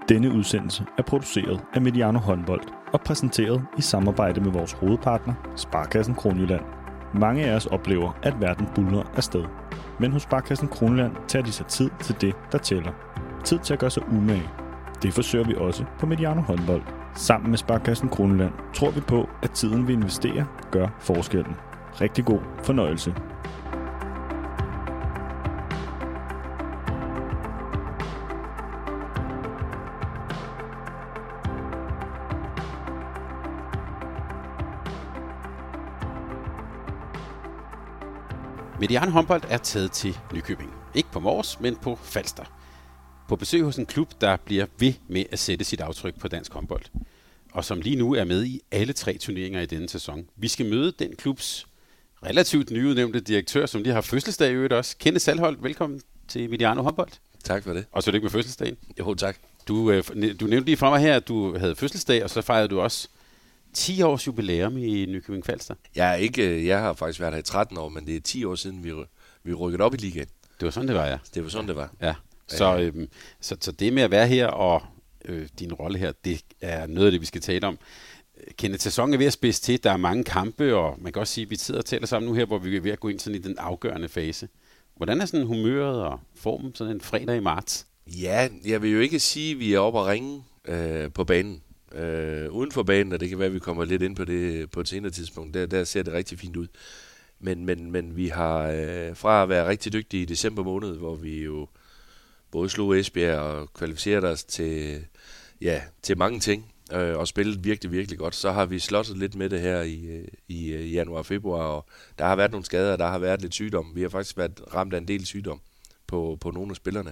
Denne udsendelse er produceret af Mediano Håndbold og præsenteret i samarbejde med vores hovedpartner, Sparekassen Kronjylland. Mange af os oplever, at verden buldrer afsted. Men hos Sparekassen Kronjylland tager de sig tid til det, der tæller. Tid til at gøre sig umage. Det forsøger vi også på Mediano Håndbold. Sammen med Sparekassen Kronjylland tror vi på, at tiden vi investerer gør forskellen. Rigtig god fornøjelse. Mediano Håndbold er taget til Nykøbing. Ikke på Mors, men på Falster. På besøg hos en klub, der bliver ved med at sætte sit aftryk på dansk håndbold. Og som lige nu er med i alle 3 turneringer i denne sæson. Vi skal møde den klubs relativt nyudnævnte direktør, som lige har fødselsdag i øvrigt også. Kenneth Salholt, velkommen til Mediano Håndbold. Tak for det. Og så er det ikke med fødselsdagen. Jo, tak. Du nævnte lige fra mig her, at du havde fødselsdag, og så fejrede du også 10 års jubilæum i Nykøbing Falster. Jeg har faktisk været her i 13 år, men det er 10 år siden, vi rykkede op i ligaen. Det var sådan, det var, ja. Det var sådan, det var. Ja. Så det med at være her og din rolle her, det er noget af det, vi skal tale om. Kenneth, sæsonen er ved at spidse til. Der er mange kampe, og man kan også sige, at vi sidder og taler sammen nu her, hvor vi er ved at gå ind sådan i den afgørende fase. Hvordan er sådan humøret og formen sådan en fredag i marts? Ja, jeg vil jo ikke sige, at vi er oppe og ringe på banen. Uden for banen, og det kan være, at vi kommer lidt ind på det på et senere tidspunkt. Der ser det rigtig fint ud. Men vi har fra at være rigtig dygtige i december måned, hvor vi jo både slog Esbjerg og kvalificerede os til mange ting, og spillet virkelig, virkelig godt. Så har vi slåsset lidt med det her i januar og februar, og der har været nogle skader, der har været lidt sygdom. Vi har faktisk været ramt af en del sygdom på nogle af spillerne.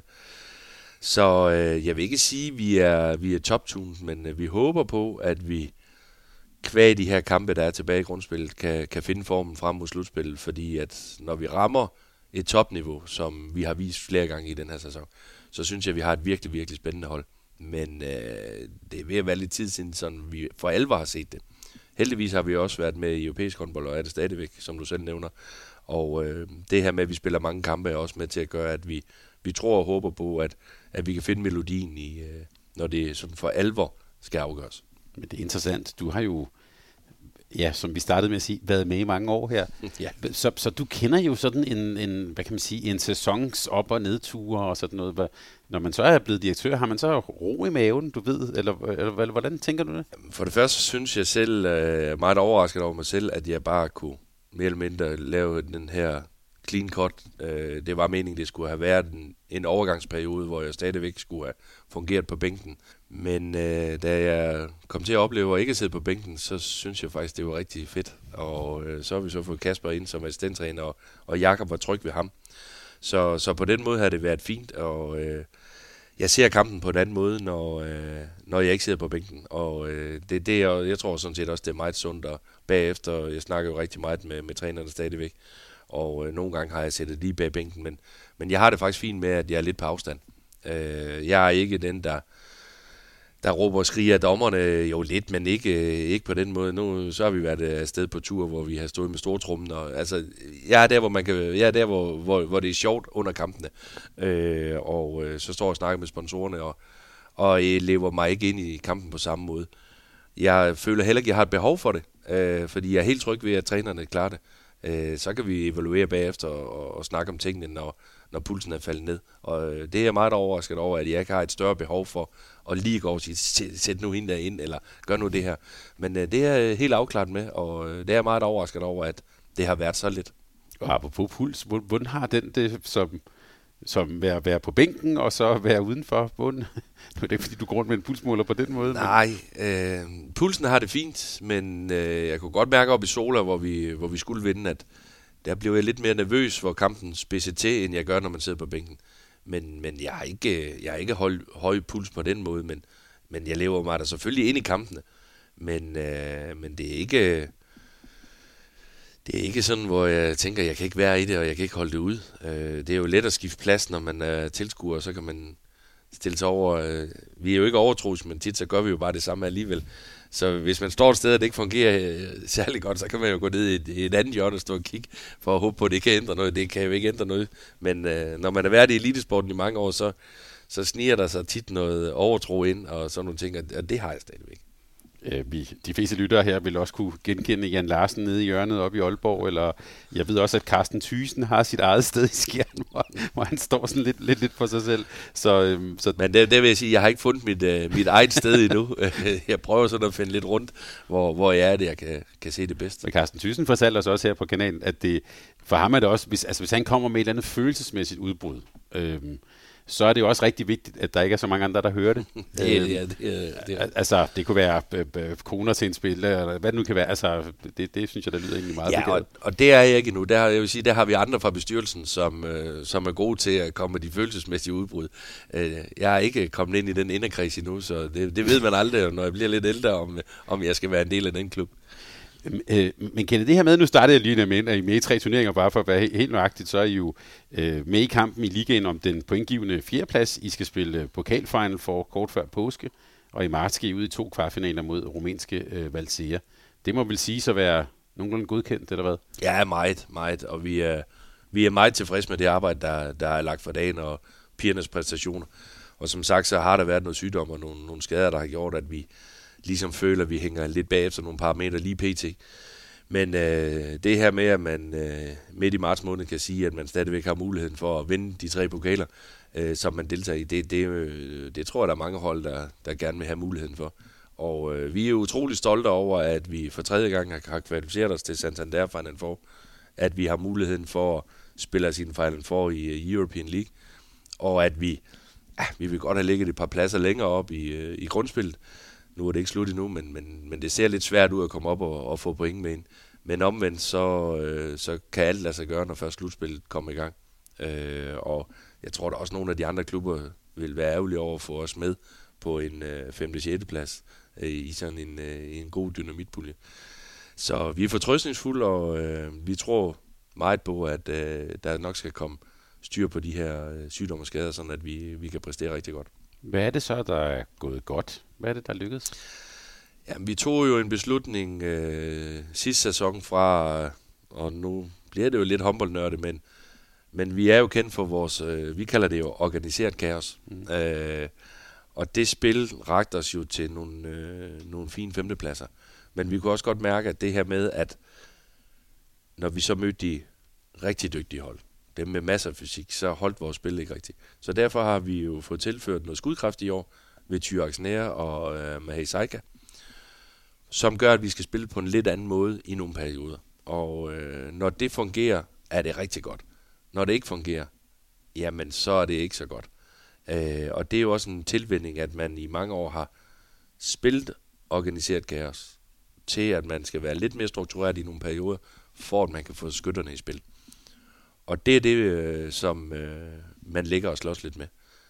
Så jeg vil ikke sige, at vi er top-tunet, men vi håber på, at vi kvæg de her kampe, der er tilbage i grundspillet, kan finde formen frem mod slutspillet, fordi at når vi rammer et topniveau, som vi har vist flere gange i den her sæson, så synes jeg, at vi har et virkelig, virkelig spændende hold. Men det er ved at være lidt tid siden, sådan vi for alvor har set det. Heldigvis har vi også været med i europæisk håndbold, og er det stadigvæk, som du selv nævner. Og det her med, at vi spiller mange kampe, er også med til at gøre, at vi tror og håber på, at vi kan finde melodien i, når det sådan for alvor skal afgøres. Men det er interessant. Du har jo, som vi startede med at sige, været med i mange år her. Ja. Så du kender jo sådan en hvad kan man sige, en sæsons op- og nedture og sådan noget. Når man så er blevet direktør, har man så ro i maven, du ved? Eller hvordan tænker du det? For det første synes jeg selv, meget overrasket over mig selv, at jeg bare kunne mere eller mindre lave den her clean cut. Det var meningen, det skulle have været en overgangsperiode, hvor jeg stadigvæk skulle have fungeret på bænken. Men da jeg kom til at opleve at ikke sidde på bænken, så synes jeg faktisk, det var rigtig fedt. Og så har vi så fået Kasper ind som assistenttræner, og Jakob var tryg ved ham. Så på den måde har det været fint, og jeg ser kampen på en anden måde, når jeg ikke sidder på bænken. Og jeg tror sådan set også, det er meget sundt. Og bagefter, jeg snakker jo rigtig meget med trænerne stadigvæk, og nogle gange har jeg sættet lige bag bænken, men jeg har det faktisk fint med, at jeg er lidt på afstand. Jeg er ikke den, der råber og skriger af dommerne, jo lidt, men ikke på den måde. Nu så har vi været afsted på tur, hvor vi har stået med stortrummen, og altså jeg er der, hvor det er sjovt under kampene. Så står jeg og snakker med sponsorerne, og jeg lever mig ikke ind i kampen på samme måde. Jeg føler heller ikke, at jeg har et behov for det, fordi jeg er helt tryg ved, at trænerne klarer det. Så kan vi evaluere bagefter og snakke om tingene, når pulsen er faldet ned. Og det er jeg meget overrasket over, at jeg ikke har et større behov for at lige gå over og sige, sæt nu hende ind, eller gør nu det her. Men det er jeg helt afklaret med, og det er jeg meget overrasket over, at det har været så lidt. Og apropos puls, hvordan har den det som være på bænken, og så være udenfor bunden? Nu er det ikke, fordi du går rundt med en pulsmåler på den måde. Nej, pulsen har det fint, men jeg kunne godt mærke op i Sola, hvor vi skulle vinde, at der blev jeg lidt mere nervøs, hvor kampen spidser til, end jeg gør, når man sidder på bænken. Men jeg har ikke holdt høj puls på den måde, men jeg lever mig da selvfølgelig ind i kampene. Men det er ikke... Det er ikke sådan, hvor jeg tænker, jeg kan ikke være i det, og jeg kan ikke holde det ud. Det er jo let at skifte plads, når man er tilskuer, så kan man stille sig over. Vi er jo ikke overtros, men tit så gør vi jo bare det samme alligevel. Så hvis man står et sted, og det ikke fungerer særlig godt, så kan man jo gå ned i et andet hjørne og stå og kigge for at håbe på, at det kan ændre noget. Det kan jo ikke ændre noget. Men når man har været i elitesporten i mange år, så sniger der sig tit noget overtro ind, og sådan nogle ting, og det har jeg stadigvæk. De fleste lyttere her vil også kunne genkende Jan Larsen nede i hjørnet oppe i Aalborg, eller jeg ved også, at Carsten Thyssen har sit eget sted i Skjern, hvor han står sådan lidt for sig selv. Så men det vil jeg sige, jeg har ikke fundet mit eget sted endnu. Jeg prøver sådan at finde lidt rundt, hvor jeg er det, jeg kan se det bedst. Men Carsten Thyssen fortalte os også her på kanalen, at det, for ham er det også, hvis han kommer med et eller andet følelsesmæssigt udbrud, så er det jo også rigtig vigtigt, at der ikke er så mange andre, der hører det. Altså, det kunne være koner til en spiller, eller hvad det nu kan være. Altså, det synes jeg, der lyder egentlig meget begavet. Og det er jeg ikke endnu. Jeg vil sige, der har vi andre fra bestyrelsen, som er gode til at komme med de følelsesmæssige udbrud. Jeg er ikke kommet ind i den inderkreds endnu, så det ved man aldrig, når jeg bliver lidt ældre, om jeg skal være en del af den klub. Men kender det her med, nu startede jeg lige med, at I er med i 3 turneringer, bare for at være helt nøjagtigt, så er I jo med i kampen i ligaen om den pointgivende 4. plads. I skal spille pokalfinal for kort før påske, og i marts skal I ud i 2 kvartfinaler mod rumænske Valsea. Det må vel sige så være nogenlunde godkendt, eller hvad? Ja, meget, og vi er meget tilfredse med det arbejde, der er lagt for dagen, og pigernes præstationer. Og som sagt, så har der været noget sygdom og nogle skader, der har gjort, at vi ligesom føler, at vi hænger lidt bagefter nogle parametre lige pt. Men det her med, at man midt i marts måned kan sige, at man stadigvæk har muligheden for at vinde de 3 pokaler, som man deltager i, det tror jeg, der er mange hold, der gerne vil have muligheden for. Og vi er utrolig stolte over, at vi for 3. gang har kvalificeret os til Santander Final Four, at vi har muligheden for at spille os i en Final Four i European League, og at vi vil godt have ligget et par pladser længere op i grundspillet. Nu er det ikke slut endnu, men det ser lidt svært ud at komme op og få point med ind. Men omvendt, så kan alt lade sig gøre, når først slutspillet kommer i gang. Og jeg tror, der også nogle af de andre klubber vil være ærgerlige over at få os med på en 5. og 6. plads i sådan en god dynamitpulje. Så vi er fortrøstningsfulde, og vi tror meget på, at der nok skal komme styr på de her sygdomme og skader, sådan at vi kan præstere rigtig godt. Hvad er det så, der er gået godt? Hvad er det, der lykkedes? Jamen, vi tog jo en beslutning sidste sæson fra, og nu bliver det jo lidt håndboldnørde, men vi er jo kendt for vores, vi kalder det jo organiseret kaos. Og det spil rakte os jo til nogle fine 5. pladser. Men vi kunne også godt mærke, at det her med, at når vi så mødte de rigtig dygtige hold, dem med masser af fysik, så holdt vores spil ikke rigtigt. Så derfor har vi jo fået tilført noget skudkraft i år ved Tyre Axner og Mahé Saika, som gør, at vi skal spille på en lidt anden måde i nogle perioder. Og når det fungerer, er det rigtig godt. Når det ikke fungerer, jamen så er det ikke så godt. Og det er jo også en tilvænning, at man i mange år har spillet organiseret kaos til, at man skal være lidt mere struktureret i nogle perioder, for at man kan få skytterne i spil. Og det er det, som man ligger og slås lidt med.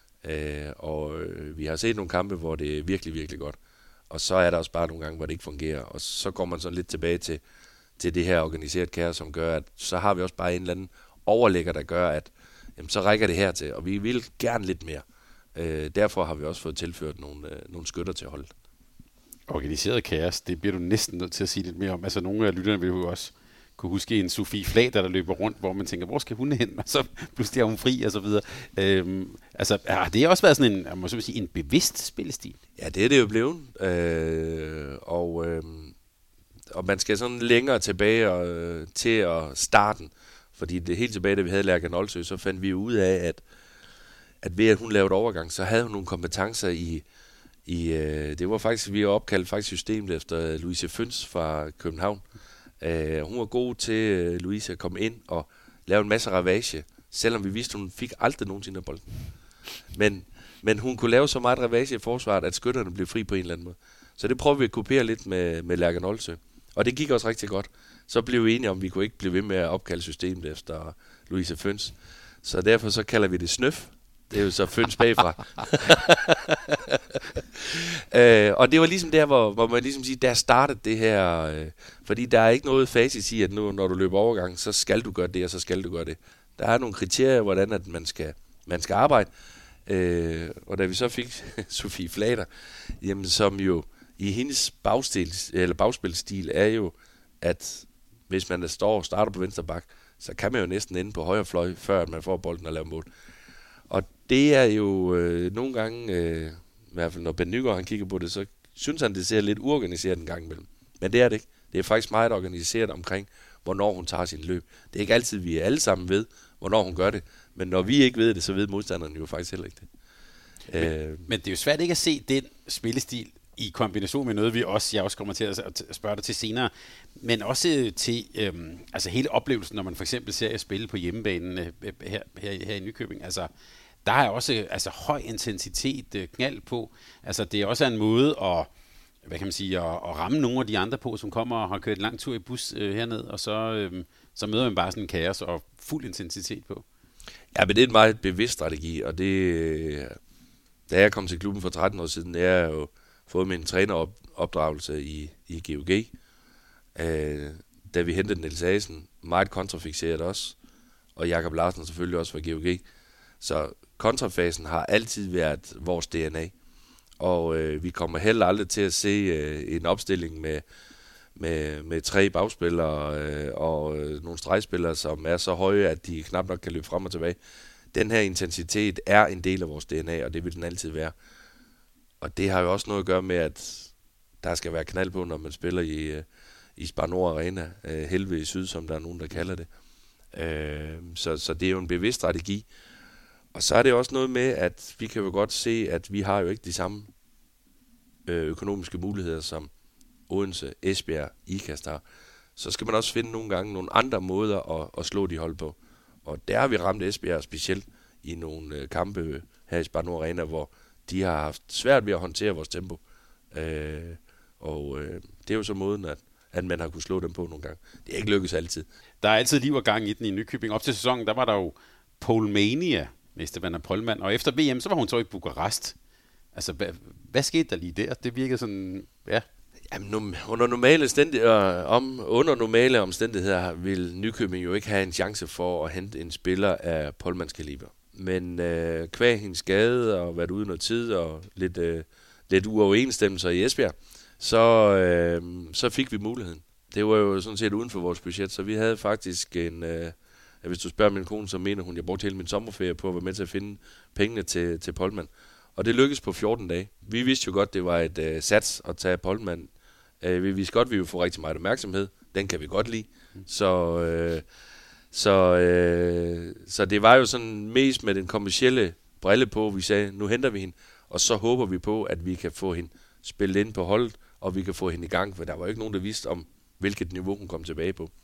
Og vi har set nogle kampe, hvor det er virkelig, virkelig godt. Og så er der også bare nogle gange, hvor det ikke fungerer. Og så går man sådan lidt tilbage til det her organiseret kaos, som gør, at så har vi også bare en eller anden overlægger, der gør, at jamen, så rækker det hertil. Og vi vil gerne lidt mere. Derfor har vi også fået tilført nogle skytter til holdet. Organiseret kaos, det bliver du næsten nødt til at sige lidt mere om. Altså nogle af lytterne vil jo også kunne huske en Sofie Flader, der løber rundt, hvor man tænker, hvor skal hun hen? Og så pludselig er hun fri, og så videre. Altså, har det også været sådan en, må så sige, en bevidst spillestil? Ja, det er det jo blevet. Og man skal sådan længere tilbage til at starten. Fordi det helt tilbage, da vi havde Lærke Nolsø, så fandt vi ud af, at ved at hun lavede overgang, så havde hun nogle kompetencer i det var faktisk, vi har opkaldt faktisk systemet efter Louise Føns fra København. Hun var god til, Louise, at komme ind og lave en masse ravage, selvom vi vidste, hun fik aldrig nogensinde af bolden. Men hun kunne lave så meget ravage i forsvaret, at skytterne blev fri på en eller anden måde. Så det prøvede vi at kopiere lidt med Lærke Nolsø. Og det gik også rigtig godt. Så blev vi enige om, at vi kunne ikke blive ved med at opkalde systemet efter Louise Føns. Så derfor så kalder vi det Snøf. Det er jo så Føns bagfra. Og det var ligesom der, hvor man ligesom siger, der startede det her, fordi der er ikke noget facit i, at nu, når du løber overgang, så skal du gøre det, og så skal du gøre det. Der er nogle kriterier, hvordan at man skal arbejde, Og da vi så fik Sofie Flater, jamen, som jo i hendes bagspilstil er jo, at hvis man står og starter på venstre bak, så kan man jo næsten ende på højre fløj, før man får bolden og laver mål. Og det er jo nogle gange, i hvert fald når Ben Nygaard han kigger på det, så synes han, det ser lidt uorganiseret en gang imellem. Men det er det ikke. Det er faktisk meget organiseret omkring, hvornår hun tager sin løb. Det er ikke altid, vi alle sammen ved, hvornår hun gør det. Men når vi ikke ved det, så ved modstanderen jo faktisk heller ikke det. Men det er jo svært ikke at se den spillestil i kombination med noget, jeg også kommer til at spørge dig til senere, men også til altså hele oplevelsen, når man for eksempel ser jer spille på hjemmebanen her i Nykøbing. Altså, der er også høj intensitet, knald på. Altså, det er også en måde at, hvad kan man sige, at ramme nogle af de andre på, som kommer og har kørt en lang tur i bus herned, og så møder man bare sådan en kaos og fuld intensitet på. Ja, men det er en meget bevidst strategi, og det, da jeg kom til klubben for 13 år siden, jeg har jo fået min træneropdragelse i GOG. Da vi hentede Niels Asen, meget kontrafixeret også, og Jakob Larsen selvfølgelig også fra GOG. Så kontrafasen har altid været vores DNA, og vi kommer heller aldrig til at se en opstilling med 3 bagspillere og nogle stregspillere, som er så høje, at de knap nok kan løbe frem og tilbage. Den her intensitet er en del af vores DNA, og det vil den altid være. Og det har jo også noget at gøre med, at der skal være knald på, når man spiller i Spar Nord Arena, Helvede i Syd, som der er nogen, der kalder det. Så det er jo en bevidst strategi. Og så er det også noget med, at vi kan jo godt se, at vi har jo ikke de samme økonomiske muligheder, som Odense, Esbjerg, Ikast har. Så skal man også finde nogle gange nogle andre måder at slå de hold på. Og der har vi ramt Esbjerg specielt i nogle kampe her i Spar Nord Arena, hvor de har haft svært ved at håndtere vores tempo. Det er jo så måden, at man har kunne slå dem på nogle gange. Det er ikke lykkes altid. Der er altid liv og gang i den i Nykøbing. Op til sæsonen, der var der jo Polmania med Stefania Pollmann, og efter VM, så var hun så i Bukarest. Altså, hvad skete der lige der? Det virkede sådan, ja. Jamen, under normale omstændigheder vil Nykøbing jo ikke have en chance for at hente en spiller af Pollmanns kaliber. Men kvæg hendes skade og været ude noget tid og lidt uoverensstemmelser i Esbjerg, så fik vi muligheden. Det var jo sådan set uden for vores budget, så vi havde faktisk hvis du spørger min kone, så mener hun, jeg brugte hele min sommerferie på at være med til at finde pengene til Pollmann. Og det lykkedes på 14 dage. Vi vidste jo godt, det var et sats at tage Pollmann. Vi vidste godt, vi ville få rigtig meget opmærksomhed. Den kan vi godt lide. Så det var jo sådan mest med den kommercielle brille på, vi sagde, nu henter vi hende, og så håber vi på, at vi kan få hende spillet ind på holdet, og vi kan få hende i gang, for der var jo ikke nogen, der vidste om, hvilket niveau hun kom tilbage på.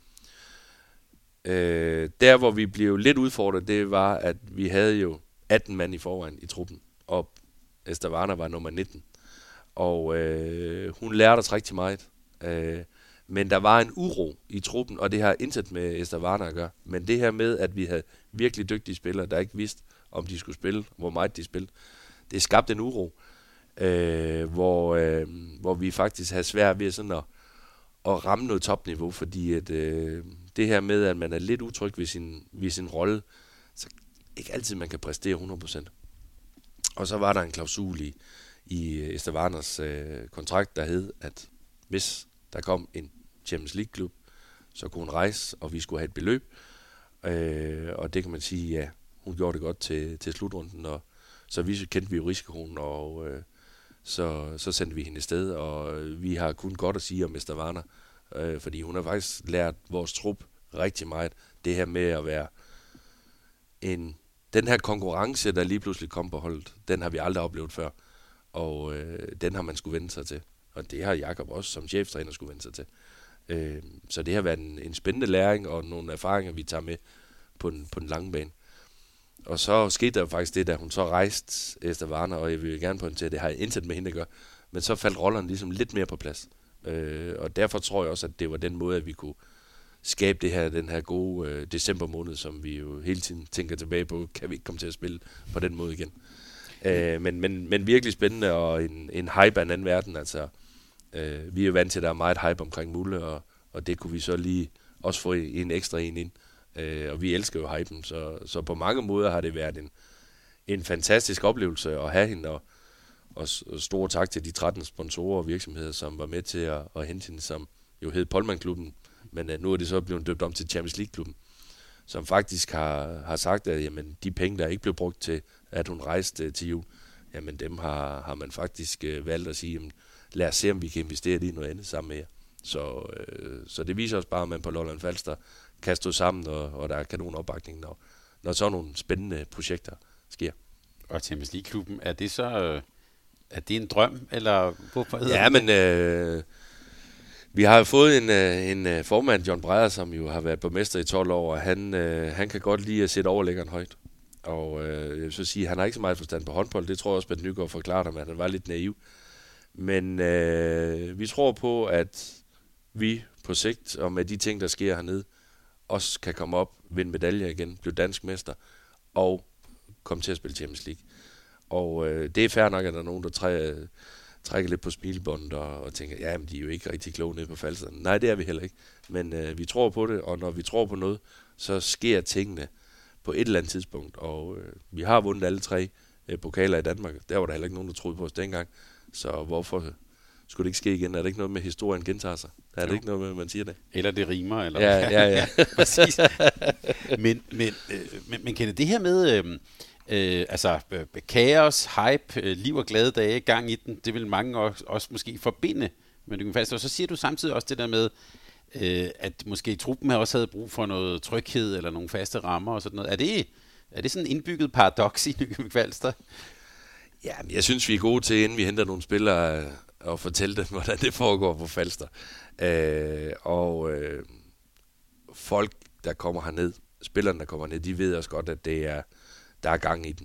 Der, hvor vi blev lidt udfordret, det var, at vi havde jo 18 mand i forvejen i truppen, og Esther Warner var nummer 19. Og hun lærte os rigtig meget. Men der var en uro i truppen, og det har intet med Esther Warner at gøre. Men det her med, at vi havde virkelig dygtige spillere, der ikke vidste, om de skulle spille, hvor meget de spillede, det skabte en uro, hvor vi faktisk havde svært ved sådan at ramme noget topniveau, fordi at, det her med, at man er lidt utryg ved sin rolle, så ikke altid man kan præstere 100%. Og så var der en klausul i Esther Warners kontrakt, der hed, at hvis der kom en Champions League-klub, så kunne hun rejse, og vi skulle have et beløb. Og det kan man sige, ja, hun gjorde det godt til slutrunden, og så kendte vi jo risikoen, og så sendte vi hende i sted, og vi har kun godt at sige om Esther Warner, fordi hun har faktisk lært vores trup rigtig meget. Det her med at være den her konkurrence, der lige pludselig kom på holdet, den har vi aldrig oplevet før, og den har man skulle vende sig til. Og det har Jakob også som cheftræner skulle vende sig til. Så det har været en spændende læring, og nogle erfaringer, vi tager med på den lange bane. Og så skete der jo faktisk det, da hun så rejste Esther Warner, og jeg vil gerne pointere, at det har intet med hende at gøre, men så faldt rollerne ligesom lidt mere på plads. Og derfor tror jeg også, at det var den måde, at vi kunne skabe den her gode december måned, som vi jo hele tiden tænker tilbage på, kan vi ikke komme til at spille på den måde igen. Men virkelig spændende, og en hype af en anden verden. Altså, vi er jo vant til, at der er meget hype omkring Mulle, og det kunne vi så lige også få en ekstra ind. Og vi elsker jo hypen, så på mange måder har det været en fantastisk oplevelse at have hende, og store tak til de 13 sponsorer og virksomheder, som var med til at hente hende, som jo hed Polman-klubben, men nu er det så blevet døbt om til Champions League-klubben, som faktisk har sagt, at jamen, de penge, der ikke blev brugt til, at hun rejste til jul, jamen dem har man faktisk valgt at sige, jamen, lad os se, om vi kan investere i noget andet sammen med jer. Så det viser os bare, at man på Lolland Falster kan stå sammen, og der er kanon opbakning, når sådan nogle spændende projekter sker. Og Champions League-klubben, er det så er det en drøm, eller hvorfor hedder ja, det? Men vi har jo fået en formand, John Breyer, som jo har været borgmester i 12 år, og han kan godt lide at sætte overlæggeren højt. Og jeg vil så sige, han har ikke så meget forstand på håndbold. Det tror jeg også, Bent Nygaard forklarede ham, at han var lidt naiv. Men vi tror på, at vi på sigt, og med de ting, der sker hernede, også kan komme op, vinde medaljer igen, blive dansk mester, og komme til at spille Champions League. Og det er fair nok, at der er nogen, der trækker lidt på smilebåndet og tænker, ja, men de er jo ikke rigtig kloge nede på Falster. Nej, det er vi heller ikke. Men vi tror på det, og når vi tror på noget, så sker tingene på et eller andet tidspunkt. Og vi har vundet alle 3 pokaler i Danmark. Der var der heller ikke nogen, der troede på os dengang. Så hvorfor skulle det ikke ske igen? Er det ikke noget med, historien gentager sig? Er det ikke noget med, man siger det? Eller det rimer, eller Ja. Præcis. Men Kenneth, det her med kaos, hype, liv og glade dage, gang i den, det vil mange også måske forbinde med Nykøbing Falster. Og så siger du samtidig også det der med, at måske truppen også havde brug for noget tryghed eller nogle faste rammer og sådan noget. Er det sådan en indbygget paradoks i Nykøbing Falster? Ja, jeg synes, vi er gode til, inden vi henter nogle spillere, at fortælle dem, hvordan det foregår på Falster. Folk, der kommer herned, spillerne, der kommer ned, de ved også godt, at der er gang i den.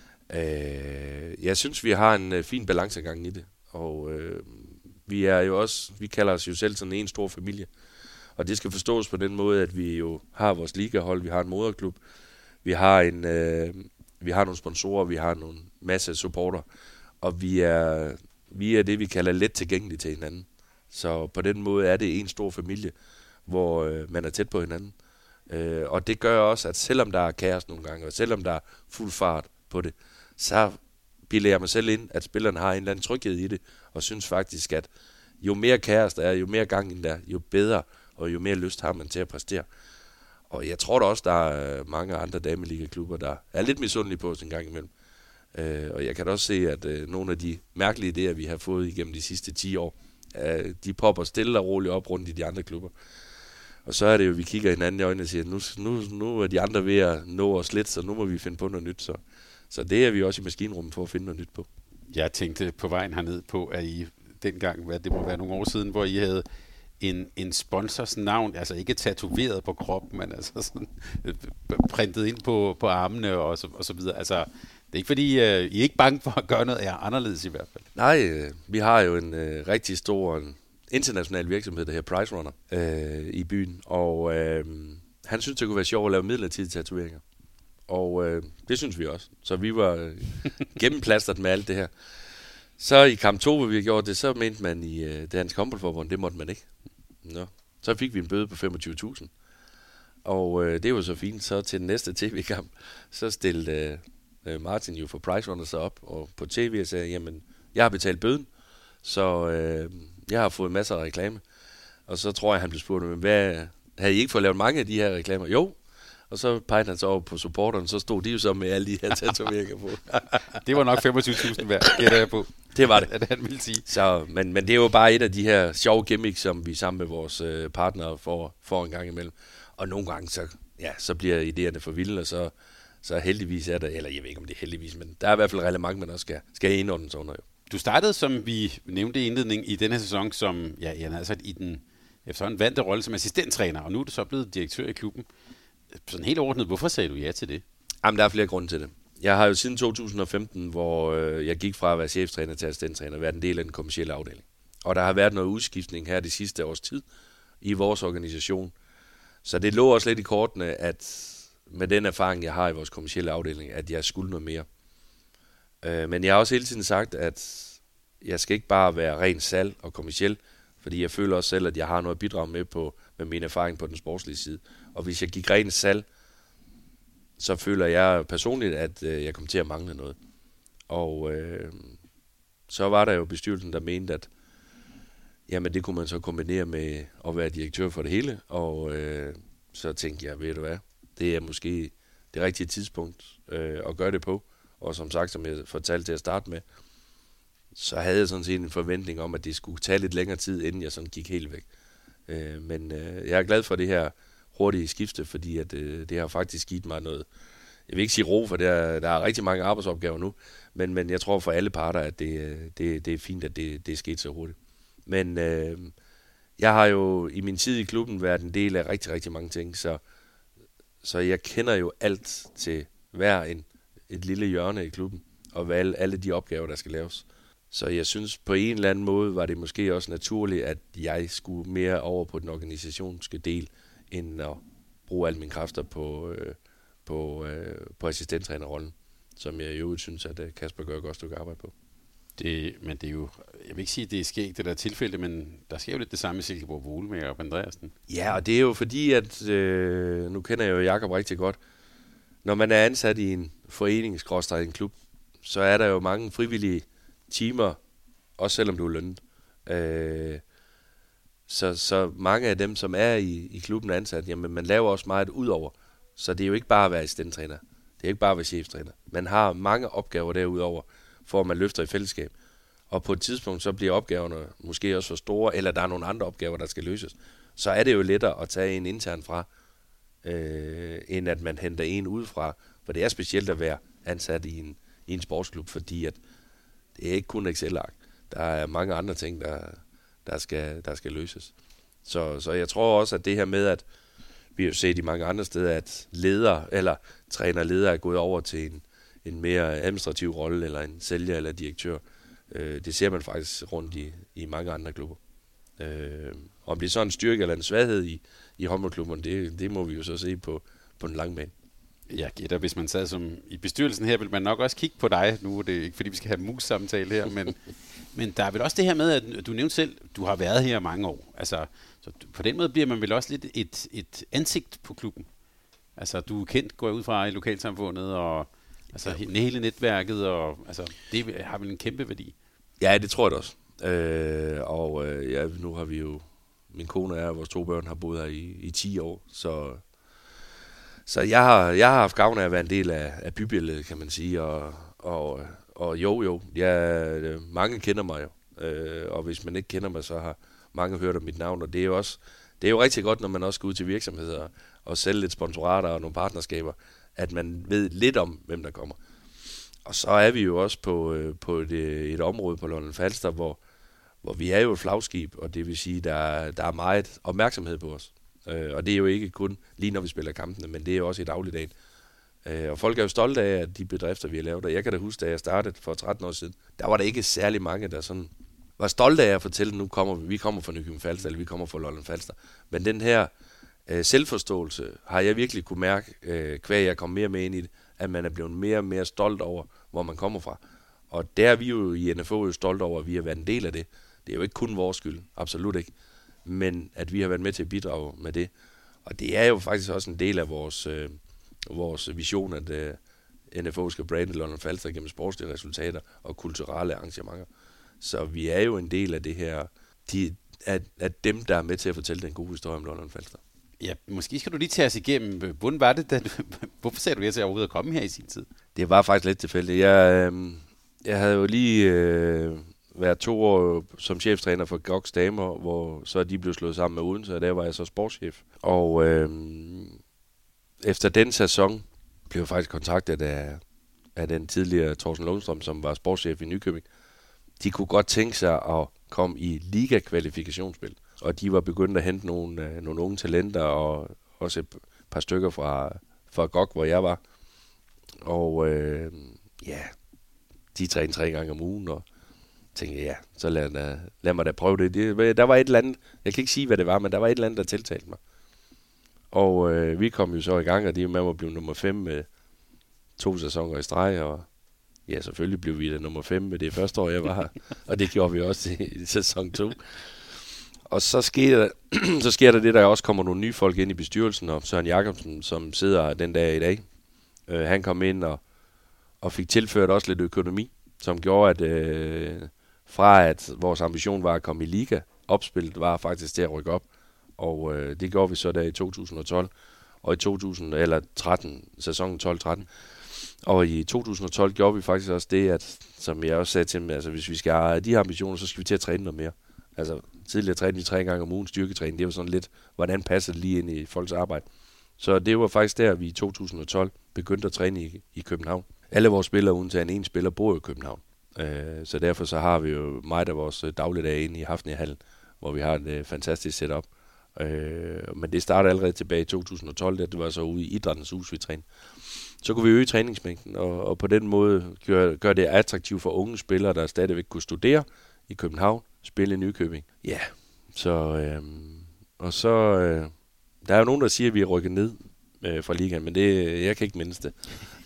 Jeg synes, vi har en fin balancegang i det, og vi er jo også, vi kalder os jo selv sådan en stor familie, og det skal forstås på den måde, at vi jo har vores ligahold, vi har en moderklub, vi har nogle sponsorer, vi har nogle masse supporter, og vi er det, vi kalder let tilgængelige til hinanden. Så på den måde er det en stor familie, hvor man er tæt på hinanden. Og det gør også, at selvom der er kaos nogle gange, og selvom der er fuld fart på det, så bilder jeg mig selv ind, at spillerne har en eller anden tryghed i det, og synes faktisk, at jo mere kaos der er, jo mere gang end der, jo bedre, og jo mere lyst har man til at præstere. Og jeg tror da også, der er mange andre dameliga-klubber, der er lidt misundelige på os en gang imellem. Og jeg kan da også se, at nogle af de mærkelige idéer, vi har fået igennem de sidste 10 år, de popper stille og roligt op rundt i de andre klubber. Og så er det jo, vi kigger hinanden i øjnene og siger, nu er de andre ved at nå os lidt, så nu må vi finde på noget nyt. Så det er vi også i maskinrummet for at finde noget nyt på. Jeg tænkte på vejen herned på, at I dengang, det må være nogle år siden, hvor I havde en sponsors navn, altså ikke tatoveret på kroppen, men altså sådan printet ind på armene og så videre. Altså, det er ikke fordi, I er ikke bange for at gøre noget anderledes i hvert fald. Nej, vi har jo en rigtig stor international virksomhed, der hedder Price Runner i byen, og han synes, det kunne være sjovt at lave midlertidige tatoveringer. Og det synes vi også. Så vi var gennemplastret med alt det her. Så i kamp 2, hvor vi gjorde det, så mente man i Dansk Håndboldforbund, det måtte man ikke. Nå. Så fik vi en bøde på 25.000. Og det var så fint. Så til den næste tv-kamp, så stillede Martin jo for Price Runner sig op og på tv og sagde, jamen, jeg har betalt bøden, så jeg har fået masser af reklame. Og så tror jeg, han blev spurgt, hvad havde I ikke fået lavet mange af de her reklamer? Jo. Og så pegede han så over på supporteren, så stod de jo så med alle de her tatoveringer på. Det var nok 25.000 værd, gætter jeg på. Det var det. At han ville sige. Så, men det er jo bare et af de her sjove gimmicks, som vi sammen med vores partnere får en gang imellem. Og nogle gange, så bliver idéerne for vilde, og så heldigvis er der, eller jeg ved ikke om det er heldigvis, men der er i hvert fald relevant, man også skal indordne sig under. Jo. Du startede, som vi nævnte i indledningen, i denne her sæson, som altså i den efterhånden vante rolle som assistenttræner, og nu er du så blevet direktør i klubben. Sådan helt ordnet, hvorfor sagde du ja til det? Jamen, der er flere grunde til det. Jeg har jo siden 2015, hvor jeg gik fra at være cheftræner til assistenttræner, været en del af den kommercielle afdeling. Og der har været noget udskiftning her de sidste års tid i vores organisation. Så det lå også lidt i kortene, at med den erfaring, jeg har i vores kommercielle afdeling, at jeg skulle noget mere. Men jeg har også hele tiden sagt, at jeg skal ikke bare være ren salg og kommerciel, fordi jeg føler også selv, at jeg har noget at bidrage med min erfaring på den sportslige side. Og hvis jeg gik ren salg, så føler jeg personligt, at jeg kom til at mangle noget. Og så var der jo bestyrelsen, der mente, at jamen, det kunne man så kombinere med at være direktør for det hele. Og så tænkte jeg, ved du hvad, det er måske det rigtige tidspunkt at gøre det på. Og som sagt, som jeg fortalte til at starte med, så havde jeg sådan set en forventning om, at det skulle tage lidt længere tid, inden jeg sådan gik helt væk. Men jeg er glad for det her hurtige skifte, fordi at, det har faktisk givet mig noget. Jeg vil ikke sige ro, for der er rigtig mange arbejdsopgaver nu, men jeg tror for alle parter, at det er fint, at det er sket så hurtigt. Men jeg har jo i min tid i klubben været en del af rigtig, rigtig mange ting, så jeg kender jo alt til hver et lille hjørne i klubben, og hvad alle de opgaver, der skal laves. Så jeg synes, på en eller anden måde var det måske også naturligt, at jeg skulle mere over på den organisationske del, end at bruge alle mine kræfter på assistenttrænerrollen, som jeg jo synes, at Kasper gør et godt stykke arbejde på. Men det er jo, jeg vil ikke sige, at det er skægt, det der tilfælde, men der sker jo lidt det samme i Silkeborg Vole med Jacob Andreasen. Ja, og det er jo fordi, at nu kender jeg jo Jacob rigtig godt. Når man er ansat i en forening, en klub, så er der jo mange frivillige timer, også selvom du er lønnet. Så mange af dem, som er i klubben ansat, jamen man laver også meget udover. Så det er jo ikke bare at være assistenttræner. Det er ikke bare at være cheftræner. Man har mange opgaver derudover, for at man løfter i fællesskab. Og på et tidspunkt, så bliver opgaverne måske også for store, eller der er nogle andre opgaver, der skal løses. Så er det jo lettere at tage en intern fra, end at man henter en udefra. For det er specielt at være ansat i en sportsklub, fordi at det er ikke kun Excel-ark. Der er mange andre ting, der skal løses. Så jeg tror også, at det her med, at vi har set i mange andre steder, at ledere eller træner-ledere er gået over til en mere administrativ rolle, eller en sælger eller direktør. Det ser man faktisk rundt i mange andre klubber. Om det er så en styrke eller en svaghed i håndboldklubben, det må vi jo så se på den lange bane. Jeg gætter, hvis man sad som i bestyrelsen her, vil man nok også kigge på dig. Nu er det ikke, fordi vi skal have mus-samtale her, men der er vel også det her med, at du nævnte selv, du har været her mange år. Altså, så på den måde bliver man vel også lidt et ansigt på klubben. Altså, du er kendt, går ud fra i lokalsamfundet, og altså hele netværket, og altså, det har vel en kæmpe værdi. Ja, det tror jeg også. Nu har vi jo, min kone og vores 2 børn har boet her i 10 år, så jeg har haft gavn af at være en del af bybilledet, kan man sige, og jo, mange kender mig jo, og hvis man ikke kender mig, så har mange hørt om mit navn, og det er jo rigtig godt, når man også skal ud til virksomheder og sælge lidt sponsorater og nogle partnerskaber, at man ved lidt om, hvem der kommer. Og så er vi jo også på et område på Lolland-Falster, hvor vi er jo et flagskib, og det vil sige, der er meget opmærksomhed på os. Og det er jo ikke kun lige når vi spiller kampene, men det er jo også i dagligdagen. Og folk er jo stolte af, at de bedrifter, vi har lavet. Og jeg kan da huske, da jeg startede for 13 år siden, der var der ikke særlig mange, der sådan var stolte af at fortælle, at vi kommer fra Nykøbing Falster, eller vi kommer fra Lolland-Falster. Men den her selvforståelse har jeg virkelig kunne mærke, hver jeg kom mere med ind i det, at man er blevet mere og mere stolt over, hvor man kommer fra. Og der er vi jo i NFO jo stolt over, at vi har været en del af det. Det er jo ikke kun vores skyld, absolut ikke. Men at vi har været med til at bidrage med det. Og det er jo faktisk også en del af vores vision, at NFO skal brande Lolland-Falster gennem sportslige resultater og kulturelle arrangementer. Så vi er jo en del af det her, af dem, der er med til at fortælle den gode historie om Lolland-Falster. Ja, måske skal du lige tage os igennem. Hvordan var det, hvorfor sagde du jer til overhovedet at komme her i sin tid? Det var faktisk lidt tilfældigt. Jeg havde jo lige været 2 år som cheftræner for GOGs damer, hvor så de blev slået sammen med Odense, og der var jeg så sportschef. Og efter den sæson blev jeg faktisk kontaktet af den tidligere Thorsten Lundstrøm, som var sportschef i Nykøbing. De kunne godt tænke sig at komme i liga-kvalifikationsspil, og de var begyndt at hente nogle unge talenter, og også et par stykker fra GOG, hvor jeg var. Og de trænede 3 gange om ugen, og tænkte, så lad mig da prøve det. Der var et eller andet, jeg kan ikke sige, hvad det var, men der var et eller andet, der tiltalte mig. Og vi kom jo så i gang, og det med at blive nummer 5 med 2 sæsoner i streg, og ja, selvfølgelig blev vi da nummer 5 med det første år, jeg var her, og det gjorde vi også i sæson 2. Og så sker der det, der også kommer nogle nye folk ind i bestyrelsen, og Søren Jakobsen, som sidder den dag i dag, Han kom ind og fik tilført også lidt økonomi, som gjorde, at fra at vores ambition var at komme i liga, opspillet var faktisk til at rykke op. Og det gjorde vi så der i 2012, og i 2013, sæsonen 12-13. Og i 2012 gjorde vi faktisk også det, at, som jeg også sagde til dem, altså hvis vi skal have de her ambitioner, så skal vi til at træne noget mere. Altså tidligere trænede vi 3 gange om ugen styrketræning, det var sådan lidt, hvordan passer det lige ind i folks arbejde. Så det var faktisk der, vi i 2012 begyndte at træne i København. Alle vores spillere, undtagen en spiller, bor i København. Så derfor så har vi jo meget af vores dagligdag inde i Hafnia-hallen, hvor vi har et fantastisk setup. Men det startede allerede tilbage i 2012, da det var så ude i Idrættens Hus, vi trænede. Så kunne vi øge træningsmængden, og på den måde gør det attraktivt for unge spillere, der stadigvæk kunne studere i København, spille i Nykøbing. Ja, så der er jo nogen, der siger, at vi er rykket ned fra ligaen, men jeg kan ikke mindes det.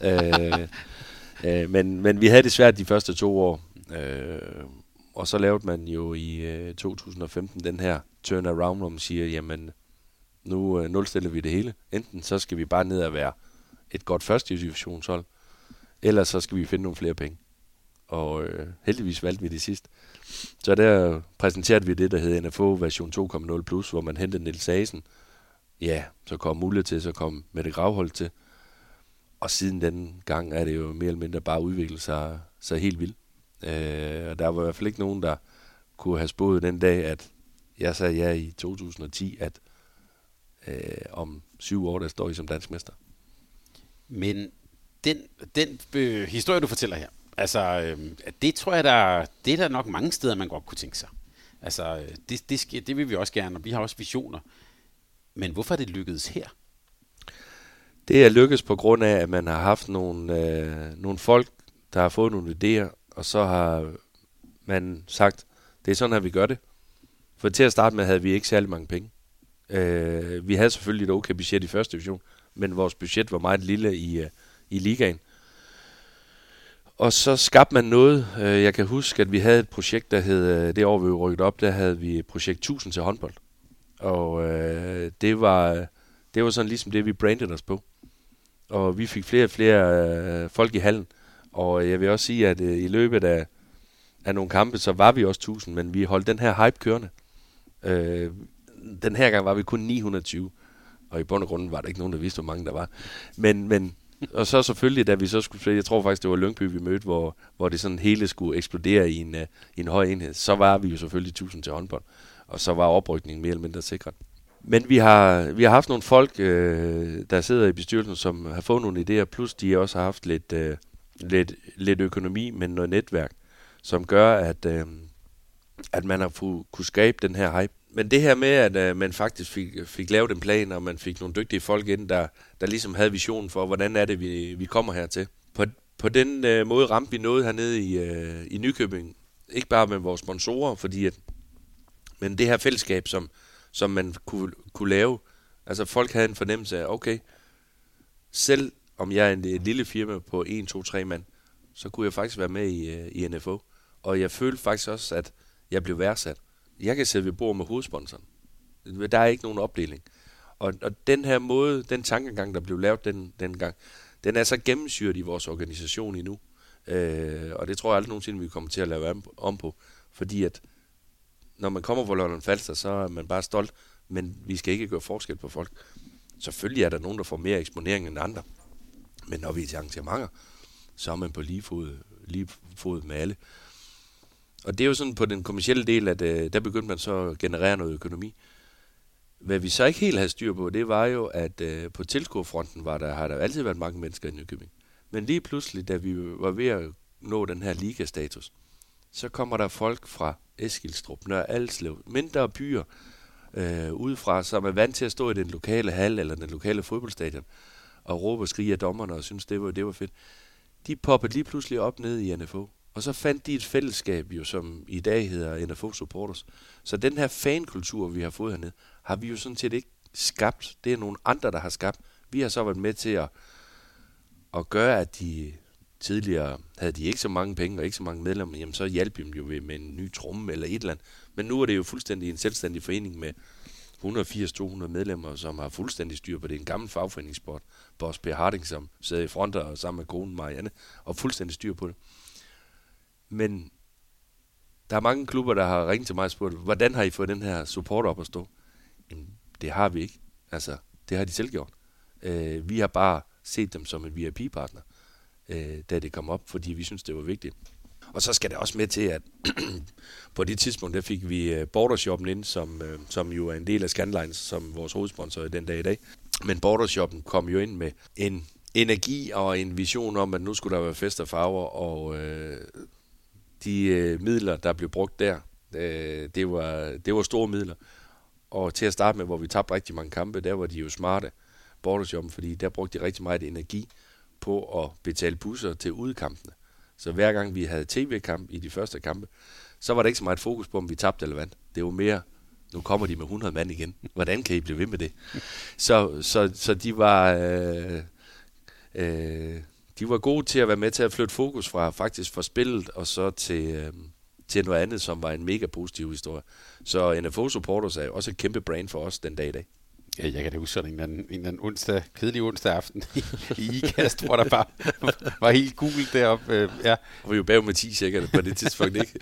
Men vi havde det svært de første 2 år, og så lavede man jo i 2015 den her turnaround, hvor man siger, jamen nu nulstiller vi det hele. Enten så skal vi bare ned og være et godt første divisionshold, eller så skal vi finde nogle flere penge. Og heldigvis valgte vi det sidst. Så der præsenterede vi det, der hed NFO version 2.0 plus, hvor man hentede Niels Sagen. Ja, så kom Mulle til, så kom Mette Gravhold til. Og siden den gang er det jo mere eller mindre bare udviklet sig helt vildt. Og der var i hvert fald ikke nogen, der kunne have spået den dag, at jeg sagde ja i 2010, at om 7 år, der står I som dansk mester. Men den historie, du fortæller her, altså, det tror jeg, det er der nok mange steder, man godt kunne tænke sig. Altså, det vil vi også gerne, og vi har også visioner. Men hvorfor er det lykkedes her? Det er lykkedes på grund af, at man har haft nogle folk, der har fået nogle idéer, og så har man sagt, det er sådan, at vi gør det. For til at starte med havde vi ikke særlig mange penge. Vi havde selvfølgelig et okay budget i første division, men vores budget var meget lille i ligaen. Og så skabte man noget. Jeg kan huske, at vi havde et projekt, der hed, det år vi rykket op, der havde vi projekt 1000 til håndbold. Og det var sådan ligesom det, vi brandede os på. Og vi fik flere og flere folk i hallen. Og jeg vil også sige, at i løbet af nogle kampe, så var vi også 1000, men vi holdt den her hype kørende. Den her gang var vi kun 920. Og i bund og grund var der ikke nogen, der vidste, hvor mange der var. Men og så selvfølgelig, da vi så skulle, jeg tror faktisk, det var Lyngby, vi mødte, hvor det sådan hele skulle eksplodere i en høj enhed, så var vi jo selvfølgelig 1000 til håndbold. Og så var oprykningen mere eller mindre sikret. Men vi har haft nogle folk, der sidder i bestyrelsen, som har fået nogle idéer, plus de også har haft lidt økonomi, men noget netværk, som gør, at man har kunne skabe den her hype. Men det her med, at man faktisk fik lavet en plan, og man fik nogle dygtige folk ind, der ligesom havde visionen for, hvordan er det, vi kommer hertil. På den måde ramte vi noget hernede i Nykøbing. Ikke bare med vores sponsorer, men det her fællesskab, som man kunne lave. Altså folk havde en fornemmelse af, okay, selv om jeg er et lille firma på 1, 2, 3 mand, så kunne jeg faktisk være med i NFO. Og jeg følte faktisk også, at jeg blev værdsat. Jeg kan sidde ved bord med hovedsponsoren. Der er ikke nogen opdeling. Og den her måde, den tankegang, der blev lavet dengang, den er så gennemsyret i vores organisation endnu. Og det tror jeg aldrig nogensinde, vi kommer til at lave om på. Fordi at når man kommer på Lolland Falster, så er man bare stolt, men vi skal ikke gøre forskel på folk. Selvfølgelig er der nogen, der får mere eksponering end andre. Men når vi er til arrangementer, så er man på lige fod med alle. Og det er jo sådan på den kommercielle del, at der begyndte man så at generere noget økonomi. Hvad vi så ikke helt havde styr på, det var jo, at på tilskuerfronten har der altid været mange mennesker i Nykøbing. Men lige pludselig, da vi var ved at nå den her ligastatus, så kommer der folk fra Eskilstrup, Nørre Alslev, mindre byer udefra, som er vant til at stå i den lokale hal eller den lokale fodboldstadion og råbe og skrige af dommerne og synes, det var fedt. De poppede lige pludselig op nede i NFO. Og så fandt de et fællesskab, jo, som i dag hedder NFO Supporters. Så den her fankultur, vi har fået hernede, har vi jo sådan set ikke skabt. Det er nogle andre, der har skabt. Vi har så været med til at gøre, at de tidligere havde de ikke så mange penge og ikke så mange medlemmer, jamen så hjalp de jo med en ny tromme eller et eller andet. Men nu er det jo fuldstændig en selvstændig forening med 180-200 medlemmer, som har fuldstændig styr på det. En gammel fagforeningssport. Boss Per Harding, som sidder i fronter sammen med konen Marianne, og fuldstændig styr på det. Men der er mange klubber, der har ringet til mig og spurgt, hvordan har I fået den her support op at stå? Jamen, det har vi ikke. Altså, det har de selv gjort. Vi har bare set dem som en VIP-partner, da det kom op, fordi vi synes, det var vigtigt. Og så skal det også med til, at på det tidspunkt, der fik vi Bordershoppen ind, som jo er en del af Scandlines, som vores hovedsponsor den dag i dag. Men Bordershoppen kom jo ind med en energi og en vision om, at nu skulle der være fest og farver, og de midler, der blev brugt der, det var store midler. Og til at starte med, hvor vi tabte rigtig mange kampe, der var de jo smarte, Bordershoppen, fordi der brugte de rigtig meget energi på at betale busser til udekampene. Så hver gang vi havde tv-kamp i de første kampe, så var der ikke så meget fokus på, om vi tabte eller vandt. Det var mere, nu kommer de med 100 mand igen. Hvordan kan I blive ved med det? Så de var gode til at være med til at flytte fokus fra spillet og så til noget andet, som var en mega positiv historie. Så NFO Supporters er også et kæmpe brand for os den dag i dag. Ja, jeg kan da huske sådan en eller anden kedelig onsdag aften i IKAST, hvor der bare var helt gult deroppe. Ja. Og vi jo bag med 10 sikkert på det tidspunkt, ikke?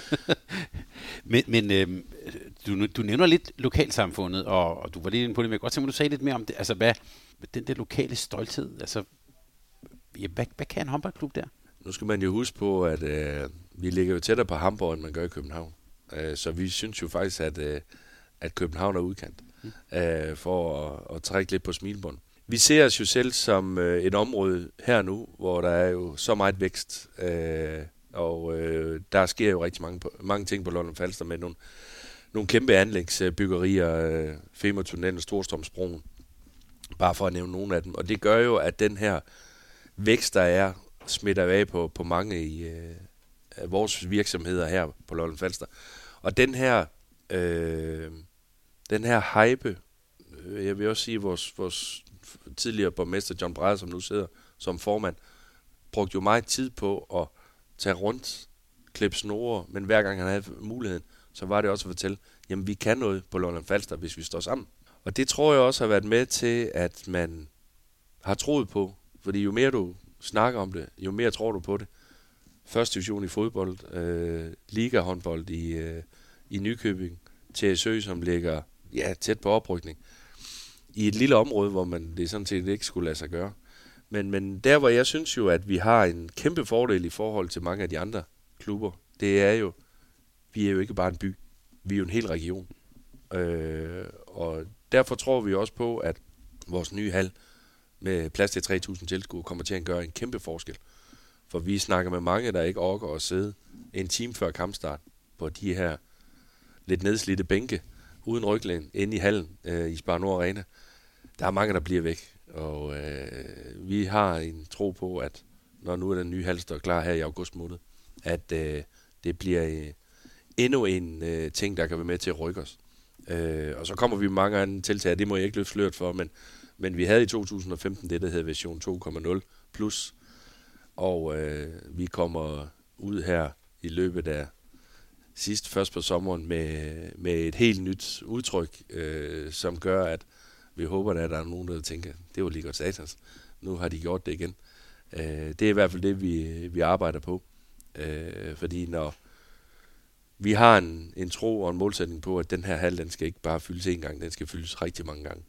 Men du nævner lidt lokalsamfundet, og du var lidt inde på det, men jeg godt tænke mig, du sagde lidt mere om det. Altså, hvad den der lokale stolthed, altså, hvad kan en håndboldklub der? Nu skal man jo huske på, at vi ligger jo tættere på Hamburg, end man gør i København. Så vi synes jo faktisk, at København er udkant. For at trække lidt på smilebånd. Vi ser os jo selv som et område her nu, hvor der er jo så meget vækst, og der sker jo rigtig mange ting på Lolland Falster med nogle kæmpe anlægsbyggerier, Femerntunnelen, Storstrømsbroen, bare for at nævne nogle af dem. Og det gør jo, at den her vækst, der er, smitter af på mange af vores virksomheder her på Lolland Falster. Og den her hype, jeg vil også sige, vores tidligere borgmester John Breyer, som nu sidder som formand, brugte jo meget tid på at tage rundt, klippe snore, men hver gang han havde muligheden, så var det også at fortælle, jamen vi kan noget på Lolland Falster, hvis vi står sammen. Og det tror jeg også har været med til, at man har troet på, fordi jo mere du snakker om det, jo mere tror du på det. Første division i fodbold, liga-håndbold i Nykøbing, TSØ, som ligger tæt på oprykning, i et lille område, hvor det sådan set ikke skulle lade sig gøre. Men der, hvor jeg synes jo, at vi har en kæmpe fordel i forhold til mange af de andre klubber, det er jo, vi er jo ikke bare en by, vi er jo en hel region. Og derfor tror vi også på, at vores nye hal med plads til 3.000 tilskuere kommer til at gøre en kæmpe forskel. For vi snakker med mange, der ikke orker at sidde en time før kampstart på de her lidt nedslidte bænke, uden ryglæn, inde i hallen i Spar Nord Arena. Der er mange, der bliver væk. Og vi har en tro på, at når nu er den nye hal står klar her i august måned, at det bliver endnu en ting, der kan være med til at rykke os. Og så kommer vi med mange andre tiltag, det må jeg ikke løfte sløret for, men vi havde i 2015 det, der hedder version 2.0 plus, og vi kommer ud her i løbet af først på sommeren med et helt nyt udtryk, som gør, at vi håber, at der er nogen, der tænker, det var lige godt satans. Nu har de gjort det igen. Det er i hvert fald det, vi arbejder på. Fordi når vi har en tro og en målsætning på, at den her hal, den skal ikke bare fyldes en gang, den skal fyldes rigtig mange gange.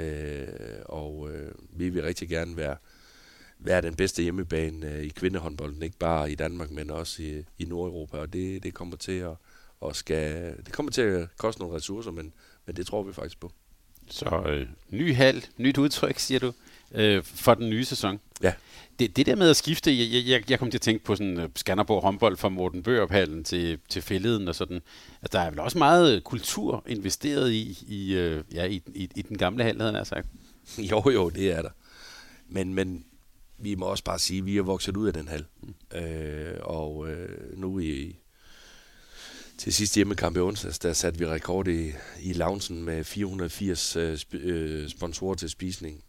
Vi vil rigtig gerne være den bedste hjemmebane i kvindehåndbolden, ikke bare i Danmark, men også i Nordeuropa, og det kommer til det kommer til at koste nogle ressourcer, men det tror vi faktisk på. Så ny hal, nyt udtryk, siger du, for den nye sæson. Ja. Det der med at skifte, jeg kom til at tænke på sådan Skanderborg håndbold fra Morten Børup-hallen til Fælleden og sådan. Altså, der er vel også meget kultur investeret i den gamle hal, havde jeg sagt. Jo, det er der. Men vi må også bare sige, at vi er vokset ud af den hal. Nu til sidste hjemmekamp i onsdags, der satte vi rekord i loungen med 480 sponsorer til spisning.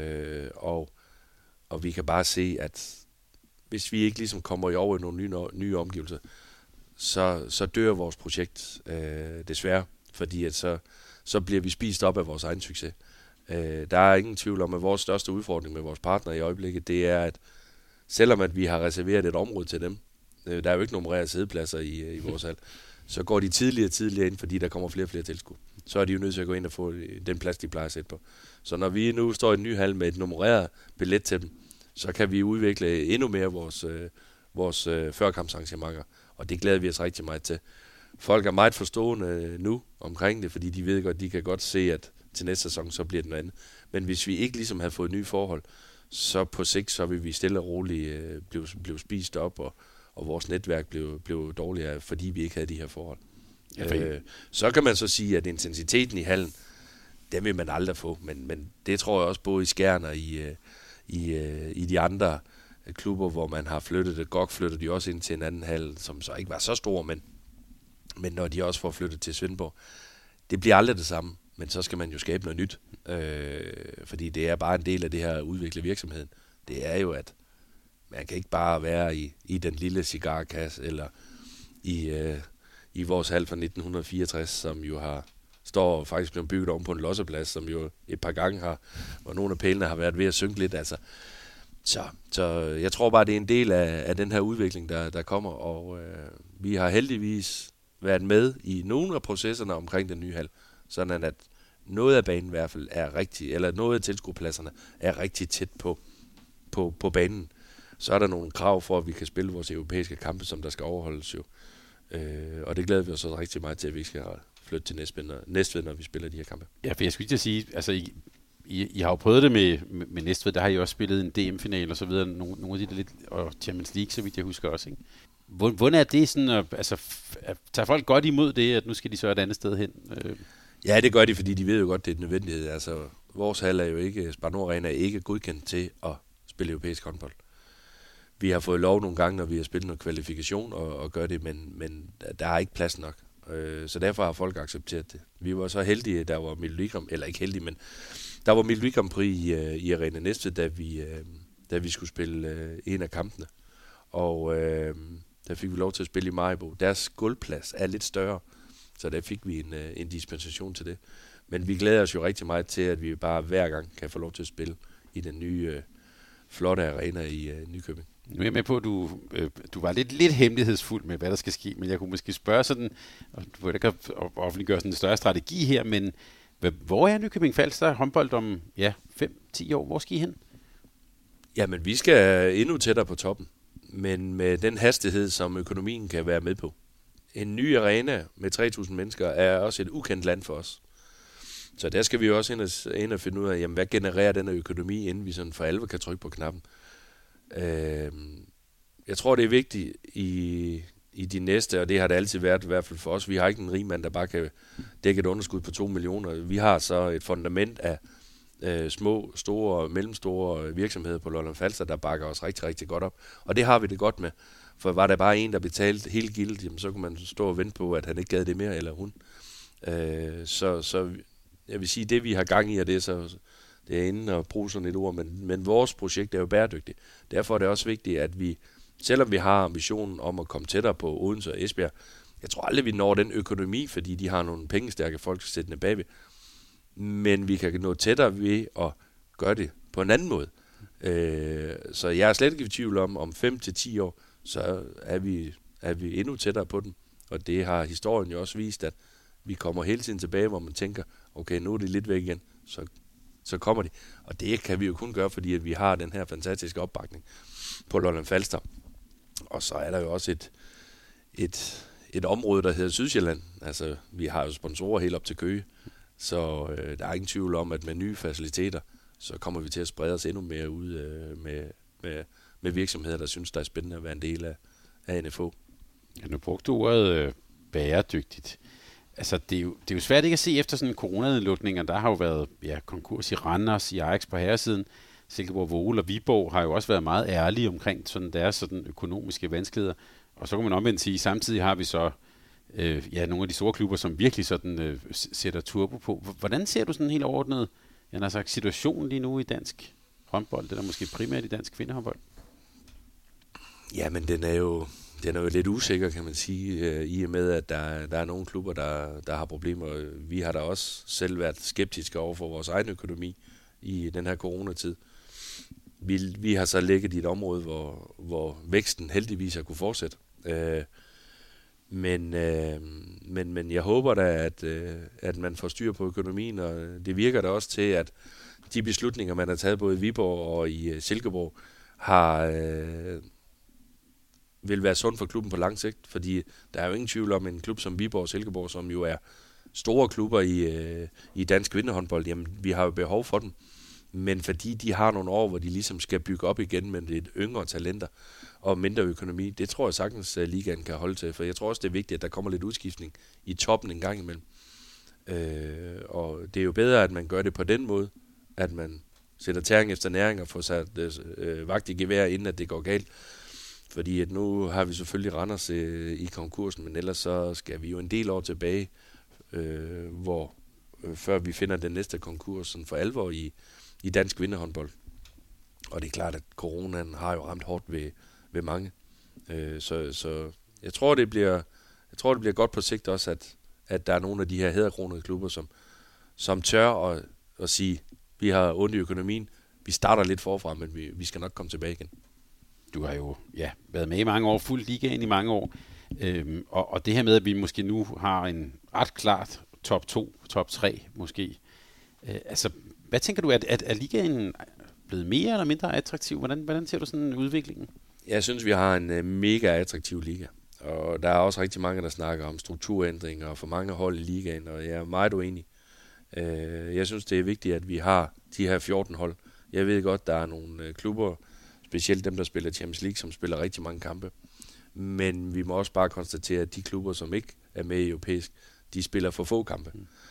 Og vi kan bare se, at hvis vi ikke ligesom kommer i over i nogle nye omgivelser, så dør vores projekt desværre, fordi at så så bliver vi spist op af vores egen succes. Der er ingen tvivl om, at vores største udfordring med vores partnere i øjeblikket, det er, at selvom at vi har reserveret et område til dem, der er jo ikke nummererede sædepladser i vores hal, så går de tidligere ind, fordi der kommer flere og flere tilskud. Så er de jo nødt til at gå ind og få den plads, de plejer at sætte på. Så når vi nu står i en ny hal med et nummereret billet til dem, så kan vi udvikle endnu mere vores førkampsarrangementer, og det glæder vi os rigtig meget til. Folk er meget forstående nu omkring det, fordi de ved godt, de kan godt se, at til næste sæson, så bliver det noget andet. Men hvis vi ikke ligesom havde fået nye forhold, så på sigt, så vil vi stille og roligt blive spist op, og vores netværk blev dårligere, fordi vi ikke havde de her forhold. Så kan man så sige, at intensiteten i hallen, den vil man aldrig få, men det tror jeg også både i Skjern og i de andre klubber, hvor man har flyttet det. GOG flytter de også ind til en anden hal, som så ikke var så stor, men når de også får flyttet til Svendborg, det bliver aldrig det samme, men så skal man jo skabe noget nyt, fordi det er bare en del af det her at udvikle virksomheden. Det er jo, at man kan ikke bare være i den lille cigarkasse, eller i vores hal fra 1964, som jo står og faktisk blevet bygget oven på en losseplads, som jo et par gange hvor nogle af pælene har været ved at synke lidt. Altså. Så jeg tror bare, det er en del af den her udvikling, der kommer, og vi har heldigvis været med i nogle af processerne omkring den nye hal, sådan at noget af banen i hvert fald er rigtig, eller noget af tilskuerpladserne er rigtig tæt på banen. Så er der nogle krav for, at vi kan spille vores europæiske kampe, som der skal overholdes jo. Og det glæder vi os så rigtig meget til, at vi ikke skal flytte til Næstved, når vi spiller de her kampe. Ja, for jeg skulle ikke sige, altså I har jo prøvet det med Næstved, der har I også spillet en DM-final og så videre, nogle af de lidt, og Champions League, så vidt jeg husker også, ikke? Hvordan er det sådan, tager folk godt imod det, at nu skal de så et andet sted hen? Ja, det gør de, fordi de ved jo godt, det er en nødvendighed. Altså, vores hal er jo ikke, Spar Nord Arena er ikke godkendt til at spille europæisk håndbold. Vi har fået lov nogle gange, når vi har spillet noget kvalifikation og gør det, men der er ikke plads nok. Så derfor har folk accepteret det. Vi var så heldige, der var Melodi Grand Prix, eller ikke heldige, men der var Melodi Grand Prix i Arena Næstved, da vi skulle spille en af kampene. Og der fik vi lov til at spille i Maribo. Deres gulvplads er lidt større, så der fik vi en dispensation til det. Men vi glæder os jo rigtig meget til, at vi bare hver gang kan få lov til at spille i den nye flotte arena i Nykøbing. Nu er jeg med på, at du var lidt hemmelighedsfuld med, hvad der skal ske, men jeg kunne måske spørge sådan, og du vil ikke offentliggøre sådan en større strategi her, men hvor er Nykøbing Falster håndbold om 5-10 år? Hvor skal I hen? Jamen, vi skal endnu tættere på toppen, men med den hastighed, som økonomien kan være med på. En ny arena med 3.000 mennesker er også et ukendt land for os. Så der skal vi jo også ind og finde ud af, jamen, hvad genererer den økonomi, inden vi sådan for alvor kan trykke på knappen. Jeg tror, det er vigtigt i de næste, og det har det altid været i hvert fald for os. Vi har ikke en rig mand, der bare kan dække et underskud på 2 millioner. Vi har så et fundament af små, store og mellemstore virksomheder på Lolland Falster, der bakker os rigtig, rigtig godt op. Og det har vi det godt med. For var der bare en, der betalte hele gildet, jamen, så kunne man stå og vente på, at han ikke gad det mere, eller hun. Så jeg vil sige, det vi har gang i, og det er så... Det er inden at bruge sådan et ord, men vores projekt er jo bæredygtigt. Derfor er det også vigtigt, at vi, selvom vi har ambitionen om at komme tættere på Odense og Esbjerg, jeg tror aldrig, vi når den økonomi, fordi de har nogle pengestærke folk sættende bagved. Men vi kan nå tættere ved at gøre det på en anden måde. Så jeg er slet ikke i tvivl om 5-10 år, så er vi endnu tættere på den. Og det har historien jo også vist, at vi kommer hele tiden tilbage, hvor man tænker, okay, nu er det lidt væk igen, så kommer de. Og det kan vi jo kun gøre, fordi at vi har den her fantastiske opbakning på Lolland Falster. Og så er der jo også et område, der hedder Sydsjælland. Altså, vi har jo sponsorer helt op til Køge, så der er ingen tvivl om, at med nye faciliteter, så kommer vi til at sprede os endnu mere ud med virksomheder, der synes, der er spændende at være en del af NFO. Ja, nu brugte du ordet bæredygtigt. Altså, det er jo svært ikke at se efter sådan en coronanedlukninger. Der har jo været konkurs i Randers, i Ajax på herresiden. Silkeborg, Vole og Viborg har jo også været meget ærlige omkring sådan deres sådan økonomiske vanskeligheder. Og så kan man omvendt sige, samtidig har vi så nogle af de store klubber, som virkelig sådan sætter turbo på. Hvordan ser du sådan helt overordnet, jeg har sagt, situationen lige nu i dansk håndbold, eller måske primært i dansk kvindehåndbold? Jamen, den Den er jo lidt usikker, kan man sige, i og med, at der er nogle klubber, der har problemer. Vi har da også selv været skeptiske over for vores egen økonomi i den her coronatid. Vi har så ligget i et område, hvor væksten heldigvis har kunne fortsætte. Men jeg håber da, at man får styr på økonomien, og det virker da også til, at de beslutninger, man har taget både i Viborg og i Silkeborg, vil være sundt for klubben på lang sigt, fordi der er jo ingen tvivl om en klub som Viborg og Silkeborg, som jo er store klubber i dansk kvindehåndbold, jamen vi har jo behov for dem, men fordi de har nogle år, hvor de ligesom skal bygge op igen med lidt yngre talenter og mindre økonomi, det tror jeg sagtens, at ligaen kan holde til, for jeg tror også, det er vigtigt, at der kommer lidt udskiftning i toppen en gang imellem. Og det er jo bedre, at man gør det på den måde, at man sætter tæring efter næring og får sat vagt i gevær, inden at det går galt. Fordi at nu har vi selvfølgelig Randers i konkursen, men ellers så skal vi jo en del år tilbage, før vi finder den næste konkurs sådan for alvor i dansk kvindehåndbold. Og det er klart, at coronaen har jo ramt hårdt ved mange. Så jeg tror, det bliver godt på sigt også, at der er nogle af de her hæderkronede klubber, som tør at sige, vi har ondt i økonomien, vi starter lidt forfra, men vi skal nok komme tilbage igen. Du har jo været med i mange år, fuldt ligaen i mange år, og det her med, at vi måske nu har en ret klart top 2, top 3 måske. Altså, hvad tænker du, er ligaen blevet mere eller mindre attraktiv? Hvordan ser du sådan udviklingen? Jeg synes, vi har en mega attraktiv liga, og der er også rigtig mange, der snakker om strukturændringer og for mange hold i ligaen, og jeg er meget uenig. Jeg synes, det er vigtigt, at vi har de her 14 hold. Jeg ved godt, der er nogle klubber, specielt dem, der spiller Champions League, som spiller rigtig mange kampe. Men vi må også bare konstatere, at de klubber, som ikke er med i europæisk, de spiller for få kampe.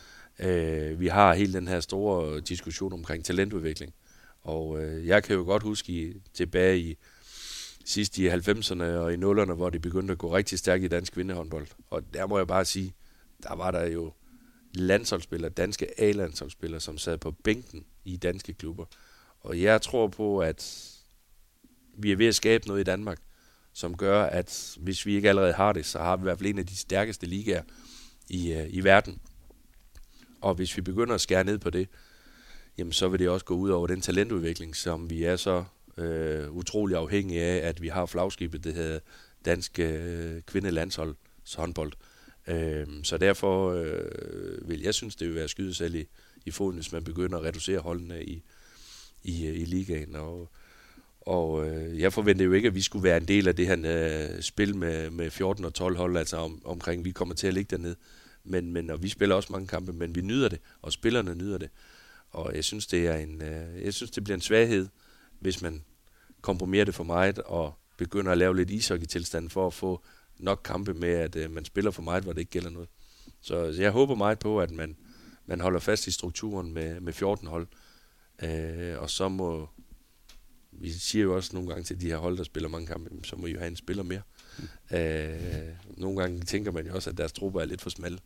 Vi har hele den her store diskussion omkring talentudvikling. Og jeg kan jo godt huske tilbage i sidst i 90'erne og i 0'erne, hvor det begyndte at gå rigtig stærkt i dansk kvindehåndbold. Og der må jeg bare sige, der var der jo landsholdsspillere, danske A-landsholdsspillere, som sad på bænken i danske klubber. Og jeg tror på, at vi er ved at skabe noget i Danmark, som gør, at hvis vi ikke allerede har det, så har vi i hvert fald en af de stærkeste ligaer i verden. Og hvis vi begynder at skære ned på det, jamen så vil det også gå ud over den talentudvikling, som vi er så utrolig afhængige af, at vi har flagskibet, det hedder dansk kvindelandsholdshåndbold. Så derfor vil jeg synes, det vil være skyde selv i foden, hvis man begynder at reducere holdene i ligaen. Og jeg forventer jo ikke, at vi skulle være en del af det her spil med 14 og 12 hold, altså omkring, vi kommer til at ligge dernede. Men og vi spiller også mange kampe, men vi nyder det, og spillerne nyder det. Og jeg synes, det bliver en svaghed, hvis man kompromitterer det for meget og begynder at lave lidt ishockey-tilstand for at få nok kampe med, at man spiller for meget, hvor det ikke gælder noget. Så jeg håber meget på, at man holder fast i strukturen med 14 hold. Og så må vi siger jo også nogle gange til de her hold, der spiller mange kampe, så må I jo have en spiller mere. Nogle gange tænker man jo også, at deres trupper er lidt for smalle.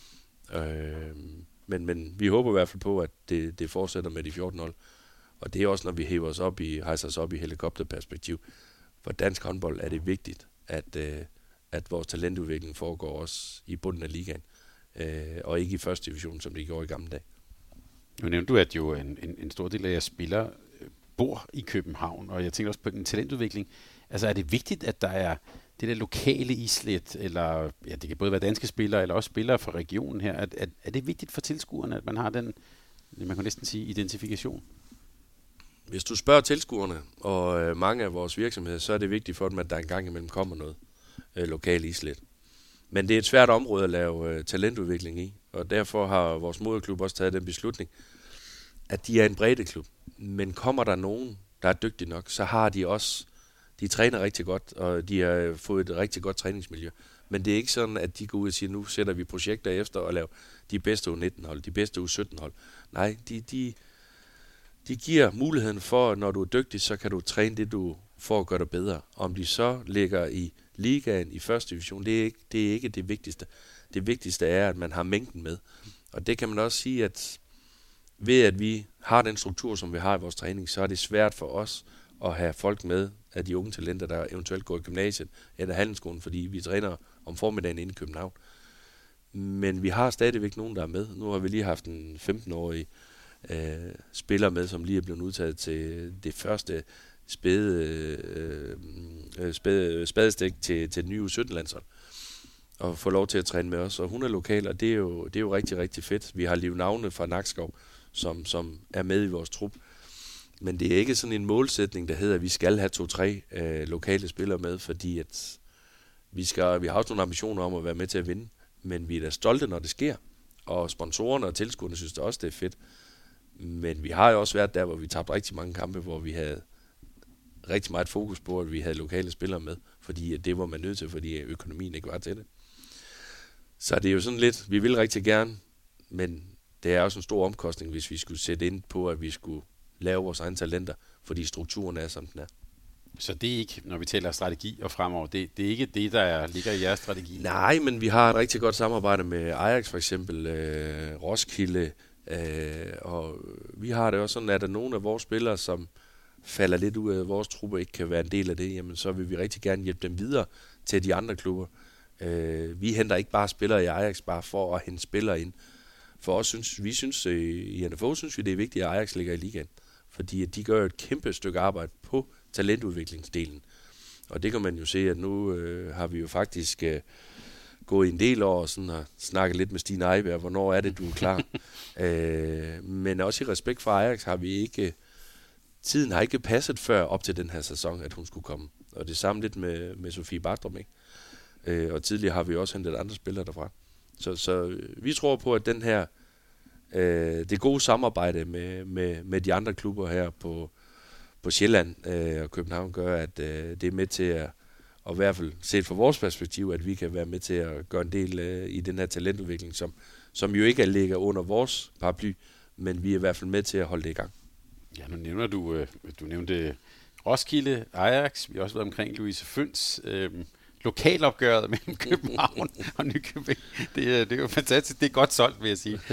Men vi håber i hvert fald på, at det fortsætter med de 14 hold. Og det er også, når vi hejser os op i helikopterperspektiv. For dansk håndbold er det vigtigt, at vores talentudvikling foregår også i bunden af ligaen. Og ikke i første division, som det gjorde i gamle dage. Nu nævnte du, at jo en stor del af jeres spillere bor i København, og jeg tænker også på en talentudvikling. Altså er det vigtigt, at der er det der lokale islet, eller ja, det kan både være danske spillere, eller også spillere fra regionen her. Er det vigtigt for tilskuerne, at man har den, man kan næsten sige, identifikation? Hvis du spørger tilskuerne og mange af vores virksomheder, så er det vigtigt for dem, at der engang imellem kommer noget lokal islet. Men det er et svært område at lave talentudvikling i, og derfor har vores moderklub også taget den beslutning, at de er en breddeklub. Men kommer der nogen, der er dygtige nok, så har de træner rigtig godt, og de har fået et rigtig godt træningsmiljø. Men det er ikke sådan, at de går ud og siger, nu sætter vi projekter efter at lave de bedste U19-hold, de bedste U17-hold. Nej, de giver muligheden for, at når du er dygtig, så kan du træne det, du får at gøre dig bedre. Om de så ligger i ligaen i første division, det er ikke det vigtigste. Det vigtigste er, at man har mængden med. Og det kan man også sige, at ved at vi har den struktur, som vi har i vores træning, så er det svært for os at have folk med, af de unge talenter, der eventuelt går i gymnasiet eller handelsskolen, fordi vi træner om formiddagen inde i København. Men vi har stadigvæk nogen, der er med. Nu har vi lige haft en 15-årig spiller med, som lige er blevet udtaget til det første spadestik til det nye U17-landshold. Og få lov til at træne med os. Og hun er lokal, og det er jo rigtig, rigtig fedt. Vi har Liv Navne fra Nakskov, som er med i vores trup. Men det er ikke sådan en målsætning, der hedder, at vi skal have 2-3 lokale spillere med, fordi at vi har også nogle ambitioner om at være med til at vinde. Men vi er da stolte, når det sker. Og sponsorerne og tilskuerne synes da også, det er fedt. Men vi har jo også været der, hvor vi tabte rigtig mange kampe, hvor vi havde rigtig meget fokus på, at vi havde lokale spillere med. Fordi det var man nødt til, fordi økonomien ikke var til det. Så det er jo sådan lidt, vi vil rigtig gerne, men det er også en stor omkostning, hvis vi skulle sætte ind på, at vi skulle lave vores egne talenter, fordi strukturen er, som den er. Så det er ikke, når vi taler strategi og fremover, det er ikke det, der ligger i jeres strategi? Nej, men vi har et rigtig godt samarbejde med Ajax for eksempel, Roskilde, og vi har det også sådan, at der nogle af vores spillere, som falder lidt ud af vores trupper, ikke kan være en del af det, jamen så vil vi rigtig gerne hjælpe dem videre til de andre klubber. Vi henter ikke bare spillere i Ajax bare for at hente spillere ind. For os i NFO synes vi, det er vigtigt, at Ajax ligger i ligaen. Fordi de gør et kæmpe stykke arbejde på talentudviklingsdelen. Og det kan man jo se, at nu har vi jo faktisk gået en del år sådan og snakket lidt med Stine Eiberg, hvornår er det, du er klar. Men også i respekt for Ajax har vi ikke... Tiden har ikke passet før op til den her sæson, at hun skulle komme. Og det samme lidt med Sofie Bartrum, ikke? Og tidligere har vi også hentet andre spillere derfra. Så vi tror på, at den her det gode samarbejde med de andre klubber her på Sjælland og København gør, at det er med til at i hvert fald set fra vores perspektiv, at vi kan være med til at gøre en del i den her talentudvikling, som jo ikke ligger under vores paraply, men vi er i hvert fald med til at holde det i gang. Ja, nu nævner du nævnte Roskilde, Ajax, vi har også været omkring Louise Føns, lokalopgøret mellem København og Nykøbing. Det er jo fantastisk, det er godt solgt, vil jeg sige.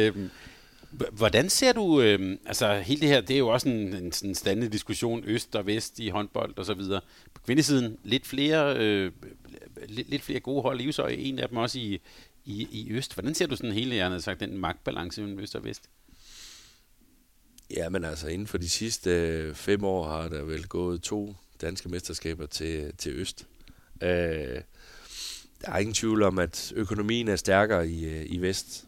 Hvordan ser du, altså hele det her, det er jo også en standende diskussion, øst og vest i håndbold og så videre. På kvindesiden, lidt flere gode hold i Livsøj, en af dem også i øst. Hvordan ser du sådan hele, jeg havde sagt, den magtbalance mellem øst og vest? Ja, men altså inden for de sidste 5 år har der vel gået 2 danske mesterskaber til øst. Der er ingen tvivl om, at økonomien er stærkere i vest.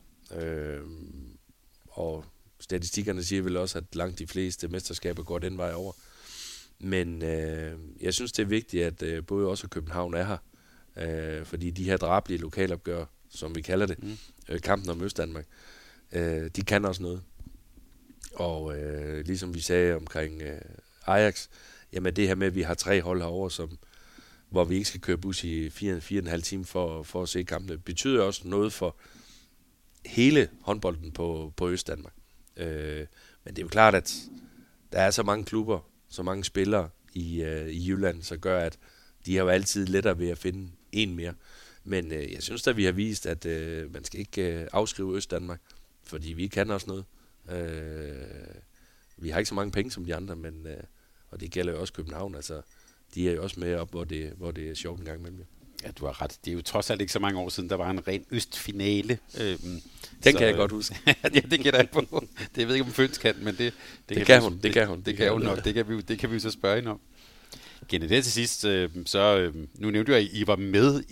Og statistikkerne siger vel også, at langt de fleste mesterskaber går den vej over. Men jeg synes, det er vigtigt, at både også København er her. Fordi de her drabelige lokalopgør, som vi kalder det, kampen om Østdanmark, de kan også noget. Og ligesom vi sagde omkring Ajax, jamen det her med, at vi har 3 hold herovre, hvor vi ikke skal køre bus i 4,5 timer for at se kampene, betyder også noget for hele håndbolden på Østdanmark. Men det er jo klart, at der er så mange klubber, så mange spillere i Jylland, så gør, at de har jo altid lettere ved at finde en mere. Men jeg synes da, vi har vist, at man skal ikke afskrive Østdanmark, fordi vi kan også noget. Vi har ikke så mange penge som de andre, men og det gælder jo også København. Altså, de er jo også med op, hvor det er sjovt en gang imellem. Ja, du har ret. Det er jo trods alt ikke så mange år siden, der var en ren østfinale. Den kan jeg godt huske. Ja, det gætter jeg på. Det ved ikke om Føns kan, men det kan hun. Det kan hun nok. Det kan vi så spørge hende om. Generelt til sidst, nu nævnte jeg, at I var med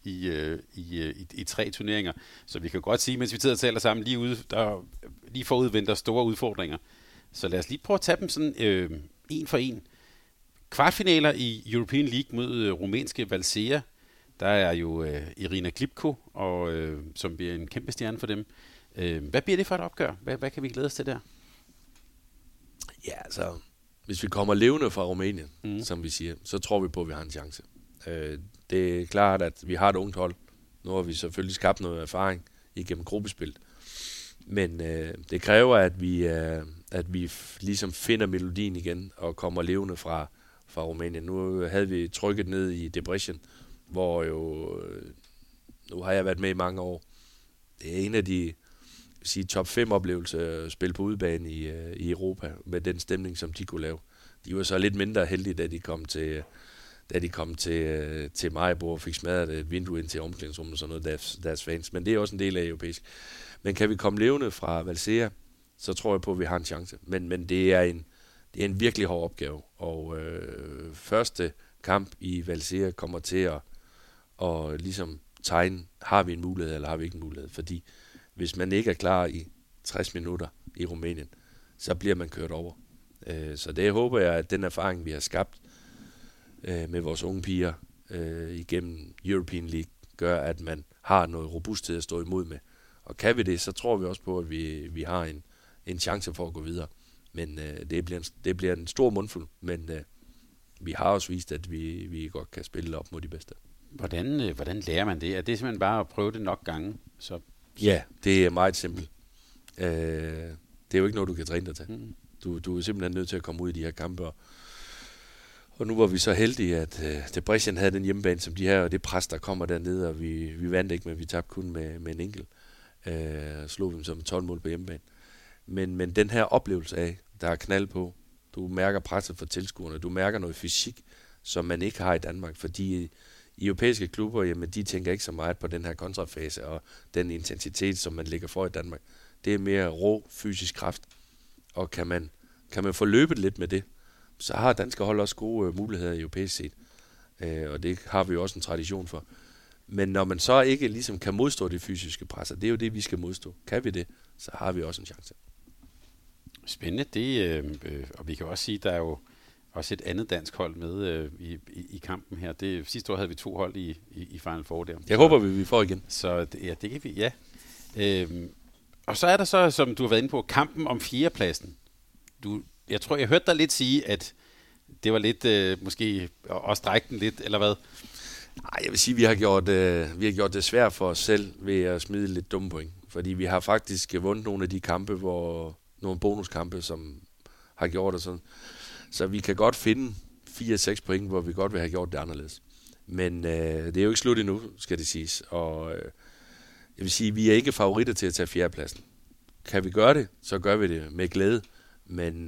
i 3 turneringer, så vi kan godt sige, mens vi sidder og taler sammen, lige forud venter store udfordringer. Så lad os lige prøve at tage dem sådan en for en. Kvartfinaler i European League mod rumænske Valsea. Der er jo Irina Klipko, som bliver en kæmpe stjerne for dem. Hvad bliver det for et opgør? Hvad kan vi glæde os til der? Ja, altså, hvis vi kommer levende fra Rumænien, som vi siger, så tror vi på, at vi har en chance. Det er klart, at vi har et ungt hold. Nu har vi selvfølgelig skabt noget erfaring igennem gruppespil. Men det kræver, at vi ligesom finder melodien igen og kommer levende fra Rumænien. Nu havde vi trykket ned i Debrecen, hvor jo, nu har jeg været med i mange år. Det er en af de top 5 oplevelser at spille på udebane i Europa, med den stemning, som de kunne lave. De var så lidt mindre heldige, da de kom til Maribo og fik smadret et vindue ind til omklædningsrummet og sådan noget, deres fans. Men det er også en del af europæisk. Men kan vi komme levende fra Valsea, så tror jeg på, at vi har en chance. Men det er en virkelig hård opgave. Og første kamp i Valsea kommer til at ligesom tegne, har vi en mulighed, eller har vi ikke en mulighed. Fordi hvis man ikke er klar i 60 minutter i Rumænien, så bliver man kørt over. Så det håber jeg, at den erfaring, vi har skabt med vores unge piger igennem European League, gør, at man har noget robusthed at stå imod med. Og kan vi det, så tror vi også på, at vi har en chance for at gå videre. Men det bliver en stor mundfuld, men vi har også vist, at vi godt kan spille op mod de bedste. Hvordan lærer man det? Er det simpelthen bare at prøve det nok gange? Ja, det er meget simpelt. Det er jo ikke noget, du kan træne dig til. Du er simpelthen nødt til at komme ud i de her kampe. Og nu var vi så heldige, at Debrecen havde den hjemmebane, som de her, og det pres, der kommer dernede, og vi vandt ikke, men vi tabte kun med en enkelt. Slog dem som 12 mål på hjemmebane. Men den her oplevelse af, der er knald på, du mærker presset for tilskuerne, du mærker noget fysik, som man ikke har i Danmark, fordi i europæiske klubber, jamen, de tænker ikke så meget på den her kontrafase og den intensitet, som man ligger for i Danmark. Det er mere rå fysisk kraft, og kan man få løbet lidt med det, så har danske hold også gode muligheder i europæisk set, og det har vi jo også en tradition for. Men når man så ikke ligesom kan modstå det fysiske pres, og det er jo det, vi skal modstå. Kan vi det, så har vi også en chance. Spændende. Og vi kan også sige, at der er jo også et andet dansk hold med i kampen her. Sidste år havde vi 2 hold i Final Four der. Jeg håber, vi får igen. Så det kan vi, ja. Og så er der så, som du har været inde på, kampen om 4. pladsen. Jeg tror, jeg hørte dig lidt sige, at det var lidt, måske at strække den lidt, eller hvad? Nej, jeg vil sige, at vi har gjort det svært for os selv ved at smide lidt dumme point. Fordi vi har faktisk vundet nogle af de kampe, nogle bonuskampe, som har gjort det sådan. Så vi kan godt finde 4-6 point, hvor vi godt vil have gjort det anderledes. Men det er jo ikke slut endnu, skal det siges. Og jeg vil sige, at vi er ikke favoritter til at tage 4. pladsen. Kan vi gøre det, så gør vi det med glæde. Men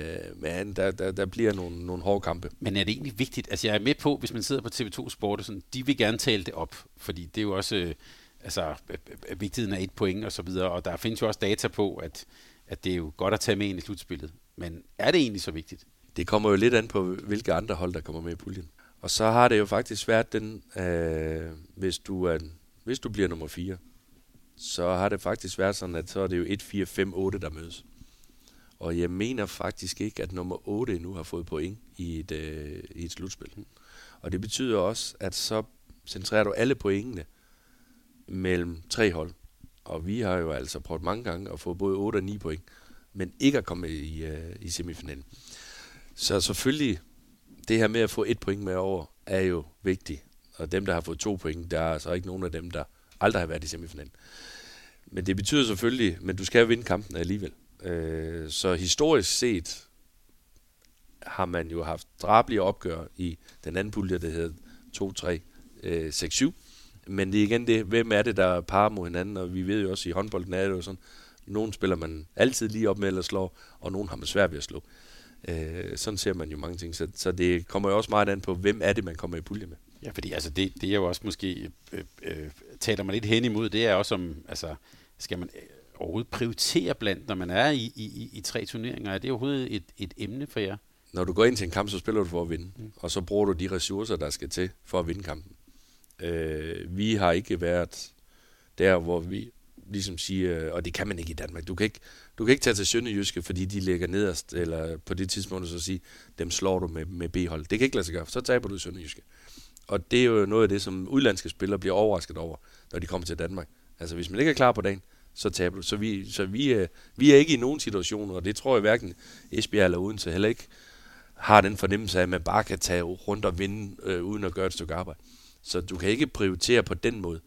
der bliver nogle hårde kampe. Men er det egentlig vigtigt? Altså jeg er med på, hvis man sidder på TV2 Sport, sådan, de vil gerne tale det op, fordi det er jo også vigtigheden af 1 point og så videre, og der findes jo også data på, at det er jo godt at tage med ind i slutspillet. Men er det egentlig så vigtigt? Det kommer jo lidt an på, hvilke andre hold, der kommer med i puljen. Og så har det jo faktisk været den, hvis du bliver nummer 4, så har det faktisk været sådan, at så er det jo 1, 4, 5, 8, der mødes. Og jeg mener faktisk ikke, at nummer 8 endnu har fået point i et slutspil. Og det betyder også, at så centrerer du alle pointene mellem 3 hold. Og vi har jo altså prøvet mange gange at få både 8 og 9 point, men ikke at komme i semifinalen. Så selvfølgelig, det her med at få 1 point med over, er jo vigtigt. Og dem, der har fået 2 point, der er altså ikke nogen af dem, der aldrig har været i semifinalen. Men det betyder selvfølgelig, men du skal jo vinde kampen alligevel. Så historisk set har man jo haft drabelige opgør i den anden pulje, der hedder 2, 3, 6, 7. Men det er igen det, hvem er det, der parer mod hinanden, og vi ved jo også, i håndbolden er det jo sådan, nogen spiller man altid lige op med eller slår, og nogen har man svært ved at slå. Sådan ser man jo mange ting, så det kommer jo også meget an på, hvem er det, man kommer i pulje med. Ja, fordi altså det er jo også måske, taler man lidt hen imod, det er også om, altså skal man overhovedet prioritere blandt, når man er i 3 turneringer? Er det overhovedet et emne for jer? Når du går ind til en kamp, så spiller du for at vinde, og så bruger du de ressourcer, der skal til for at vinde kampen. Vi har ikke været der, hvor vi ligesom siger, og det kan man ikke i Danmark. Du kan ikke tage til Sønderjyske, fordi de ligger nederst, eller på det tidspunkt så sige, dem slår du med B-hold. Det kan ikke lade sig gøre, så taber du i Sønderjyske. Og det er jo noget af det, som udlandske spillere bliver overrasket over, når de kommer til Danmark. Altså hvis man ikke er klar på dagen, så taber du. Så vi er ikke i nogen situationer, og det tror jeg hverken Esbjerg eller Odense heller ikke har den fornemmelse af, at man bare kan tage rundt og vinde, uden at gøre et stykke arbejde. Så du kan ikke prioritere på den måde.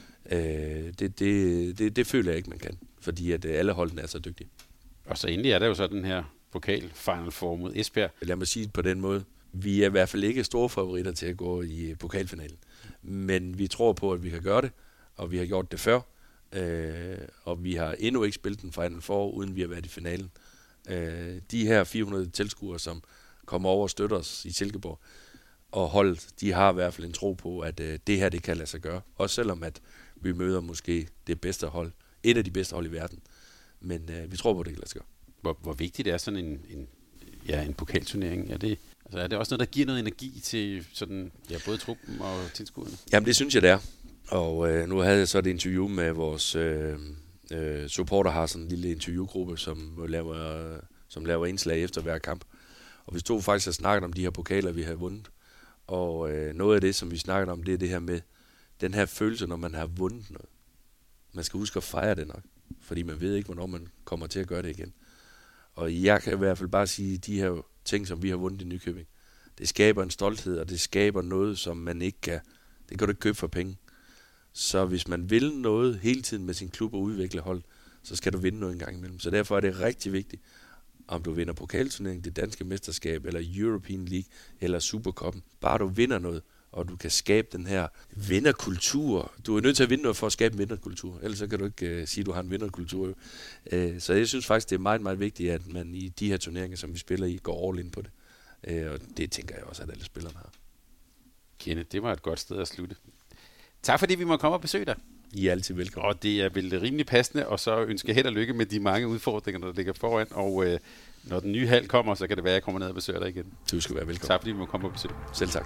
Det føler jeg ikke, man kan, fordi at alle holdene er så dygtige. Og så endelig er der jo så den her pokal Final Four mod Esbjerg. Lad mig sige det på den måde. Vi er i hvert fald ikke store favoritter til at gå i pokalfinalen. Men vi tror på, at vi kan gøre det, og vi har gjort det før. Og vi har endnu ikke spillet den Final Four, uden vi har været i finalen. De her 400 tilskuere, som kommer over og støtter os i Silkeborg. Og holdet, de har i hvert fald en tro på, at det her, det kan lade sig gøre. Også selvom, at vi møder måske det bedste hold. Et af de bedste hold i verden. Men vi tror på, at det kan lade sig gøre. Hvor vigtigt er sådan en pokalturnering? Er det også noget, der giver noget energi til sådan, både truppen og tilskuerne? Jamen, det synes jeg, det er. Og nu havde jeg så et interview med vores supporter, har sådan en lille interviewgruppe, som laver indslag efter hver kamp. Og vi stod faktisk og snakkede om de her pokaler, vi havde vundet. Og noget af det, som vi snakkede om, det er det her med den her følelse, når man har vundet noget. Man skal huske at fejre det nok, fordi man ved ikke, hvornår man kommer til at gøre det igen. Og jeg kan i hvert fald bare sige, de her ting, som vi har vundet i Nykøbing, det skaber en stolthed, og det skaber noget, som man ikke kan, det kan du ikke købe for penge. Så hvis man vil noget hele tiden med sin klub og udvikle hold, så skal du vinde noget en gang imellem. Så derfor er det rigtig vigtigt, om du vinder pokalturneringen, det danske mesterskab, eller European League, eller Supercuppen. Bare du vinder noget, og du kan skabe den her vinderkultur. Du er nødt til at vinde noget for at skabe en vinderkultur. Ellers så kan du ikke sige, at du har en vinderkultur. Så jeg synes faktisk, det er meget, meget vigtigt, at man i de her turneringer, som vi spiller i, går all in på det. Og det tænker jeg også, at alle spillerne har. Kenneth, det var et godt sted at slutte. Tak fordi vi må komme og besøge dig. I er altid velkommen. Og det er vel rimelig passende, og så ønsker held og lykke med de mange udfordringer, der ligger foran. Og når den nye hal kommer, så kan det være, at jeg kommer ned og besøger dig igen. Du skal være velkommen. Tak fordi vi må komme og besøge. Selv tak.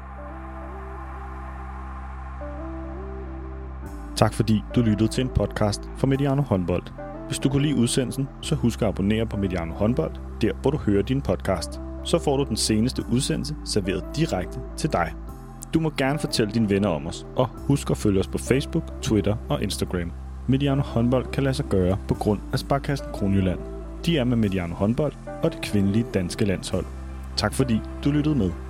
Tak fordi du lyttede til en podcast fra Mediano Håndbold. Hvis du kunne lide udsendelsen, så husk at abonnere på Mediano Håndbold, der hvor du hører din podcast. Så får du den seneste udsendelse serveret direkte til dig. Du må gerne fortælle dine venner om os, og husk at følge os på Facebook, Twitter og Instagram. Mediano Håndbold kan lade sig gøre på grund af Sparkassen Kronjylland. De er med Mediano Håndbold og det kvindelige danske landshold. Tak fordi du lyttede med.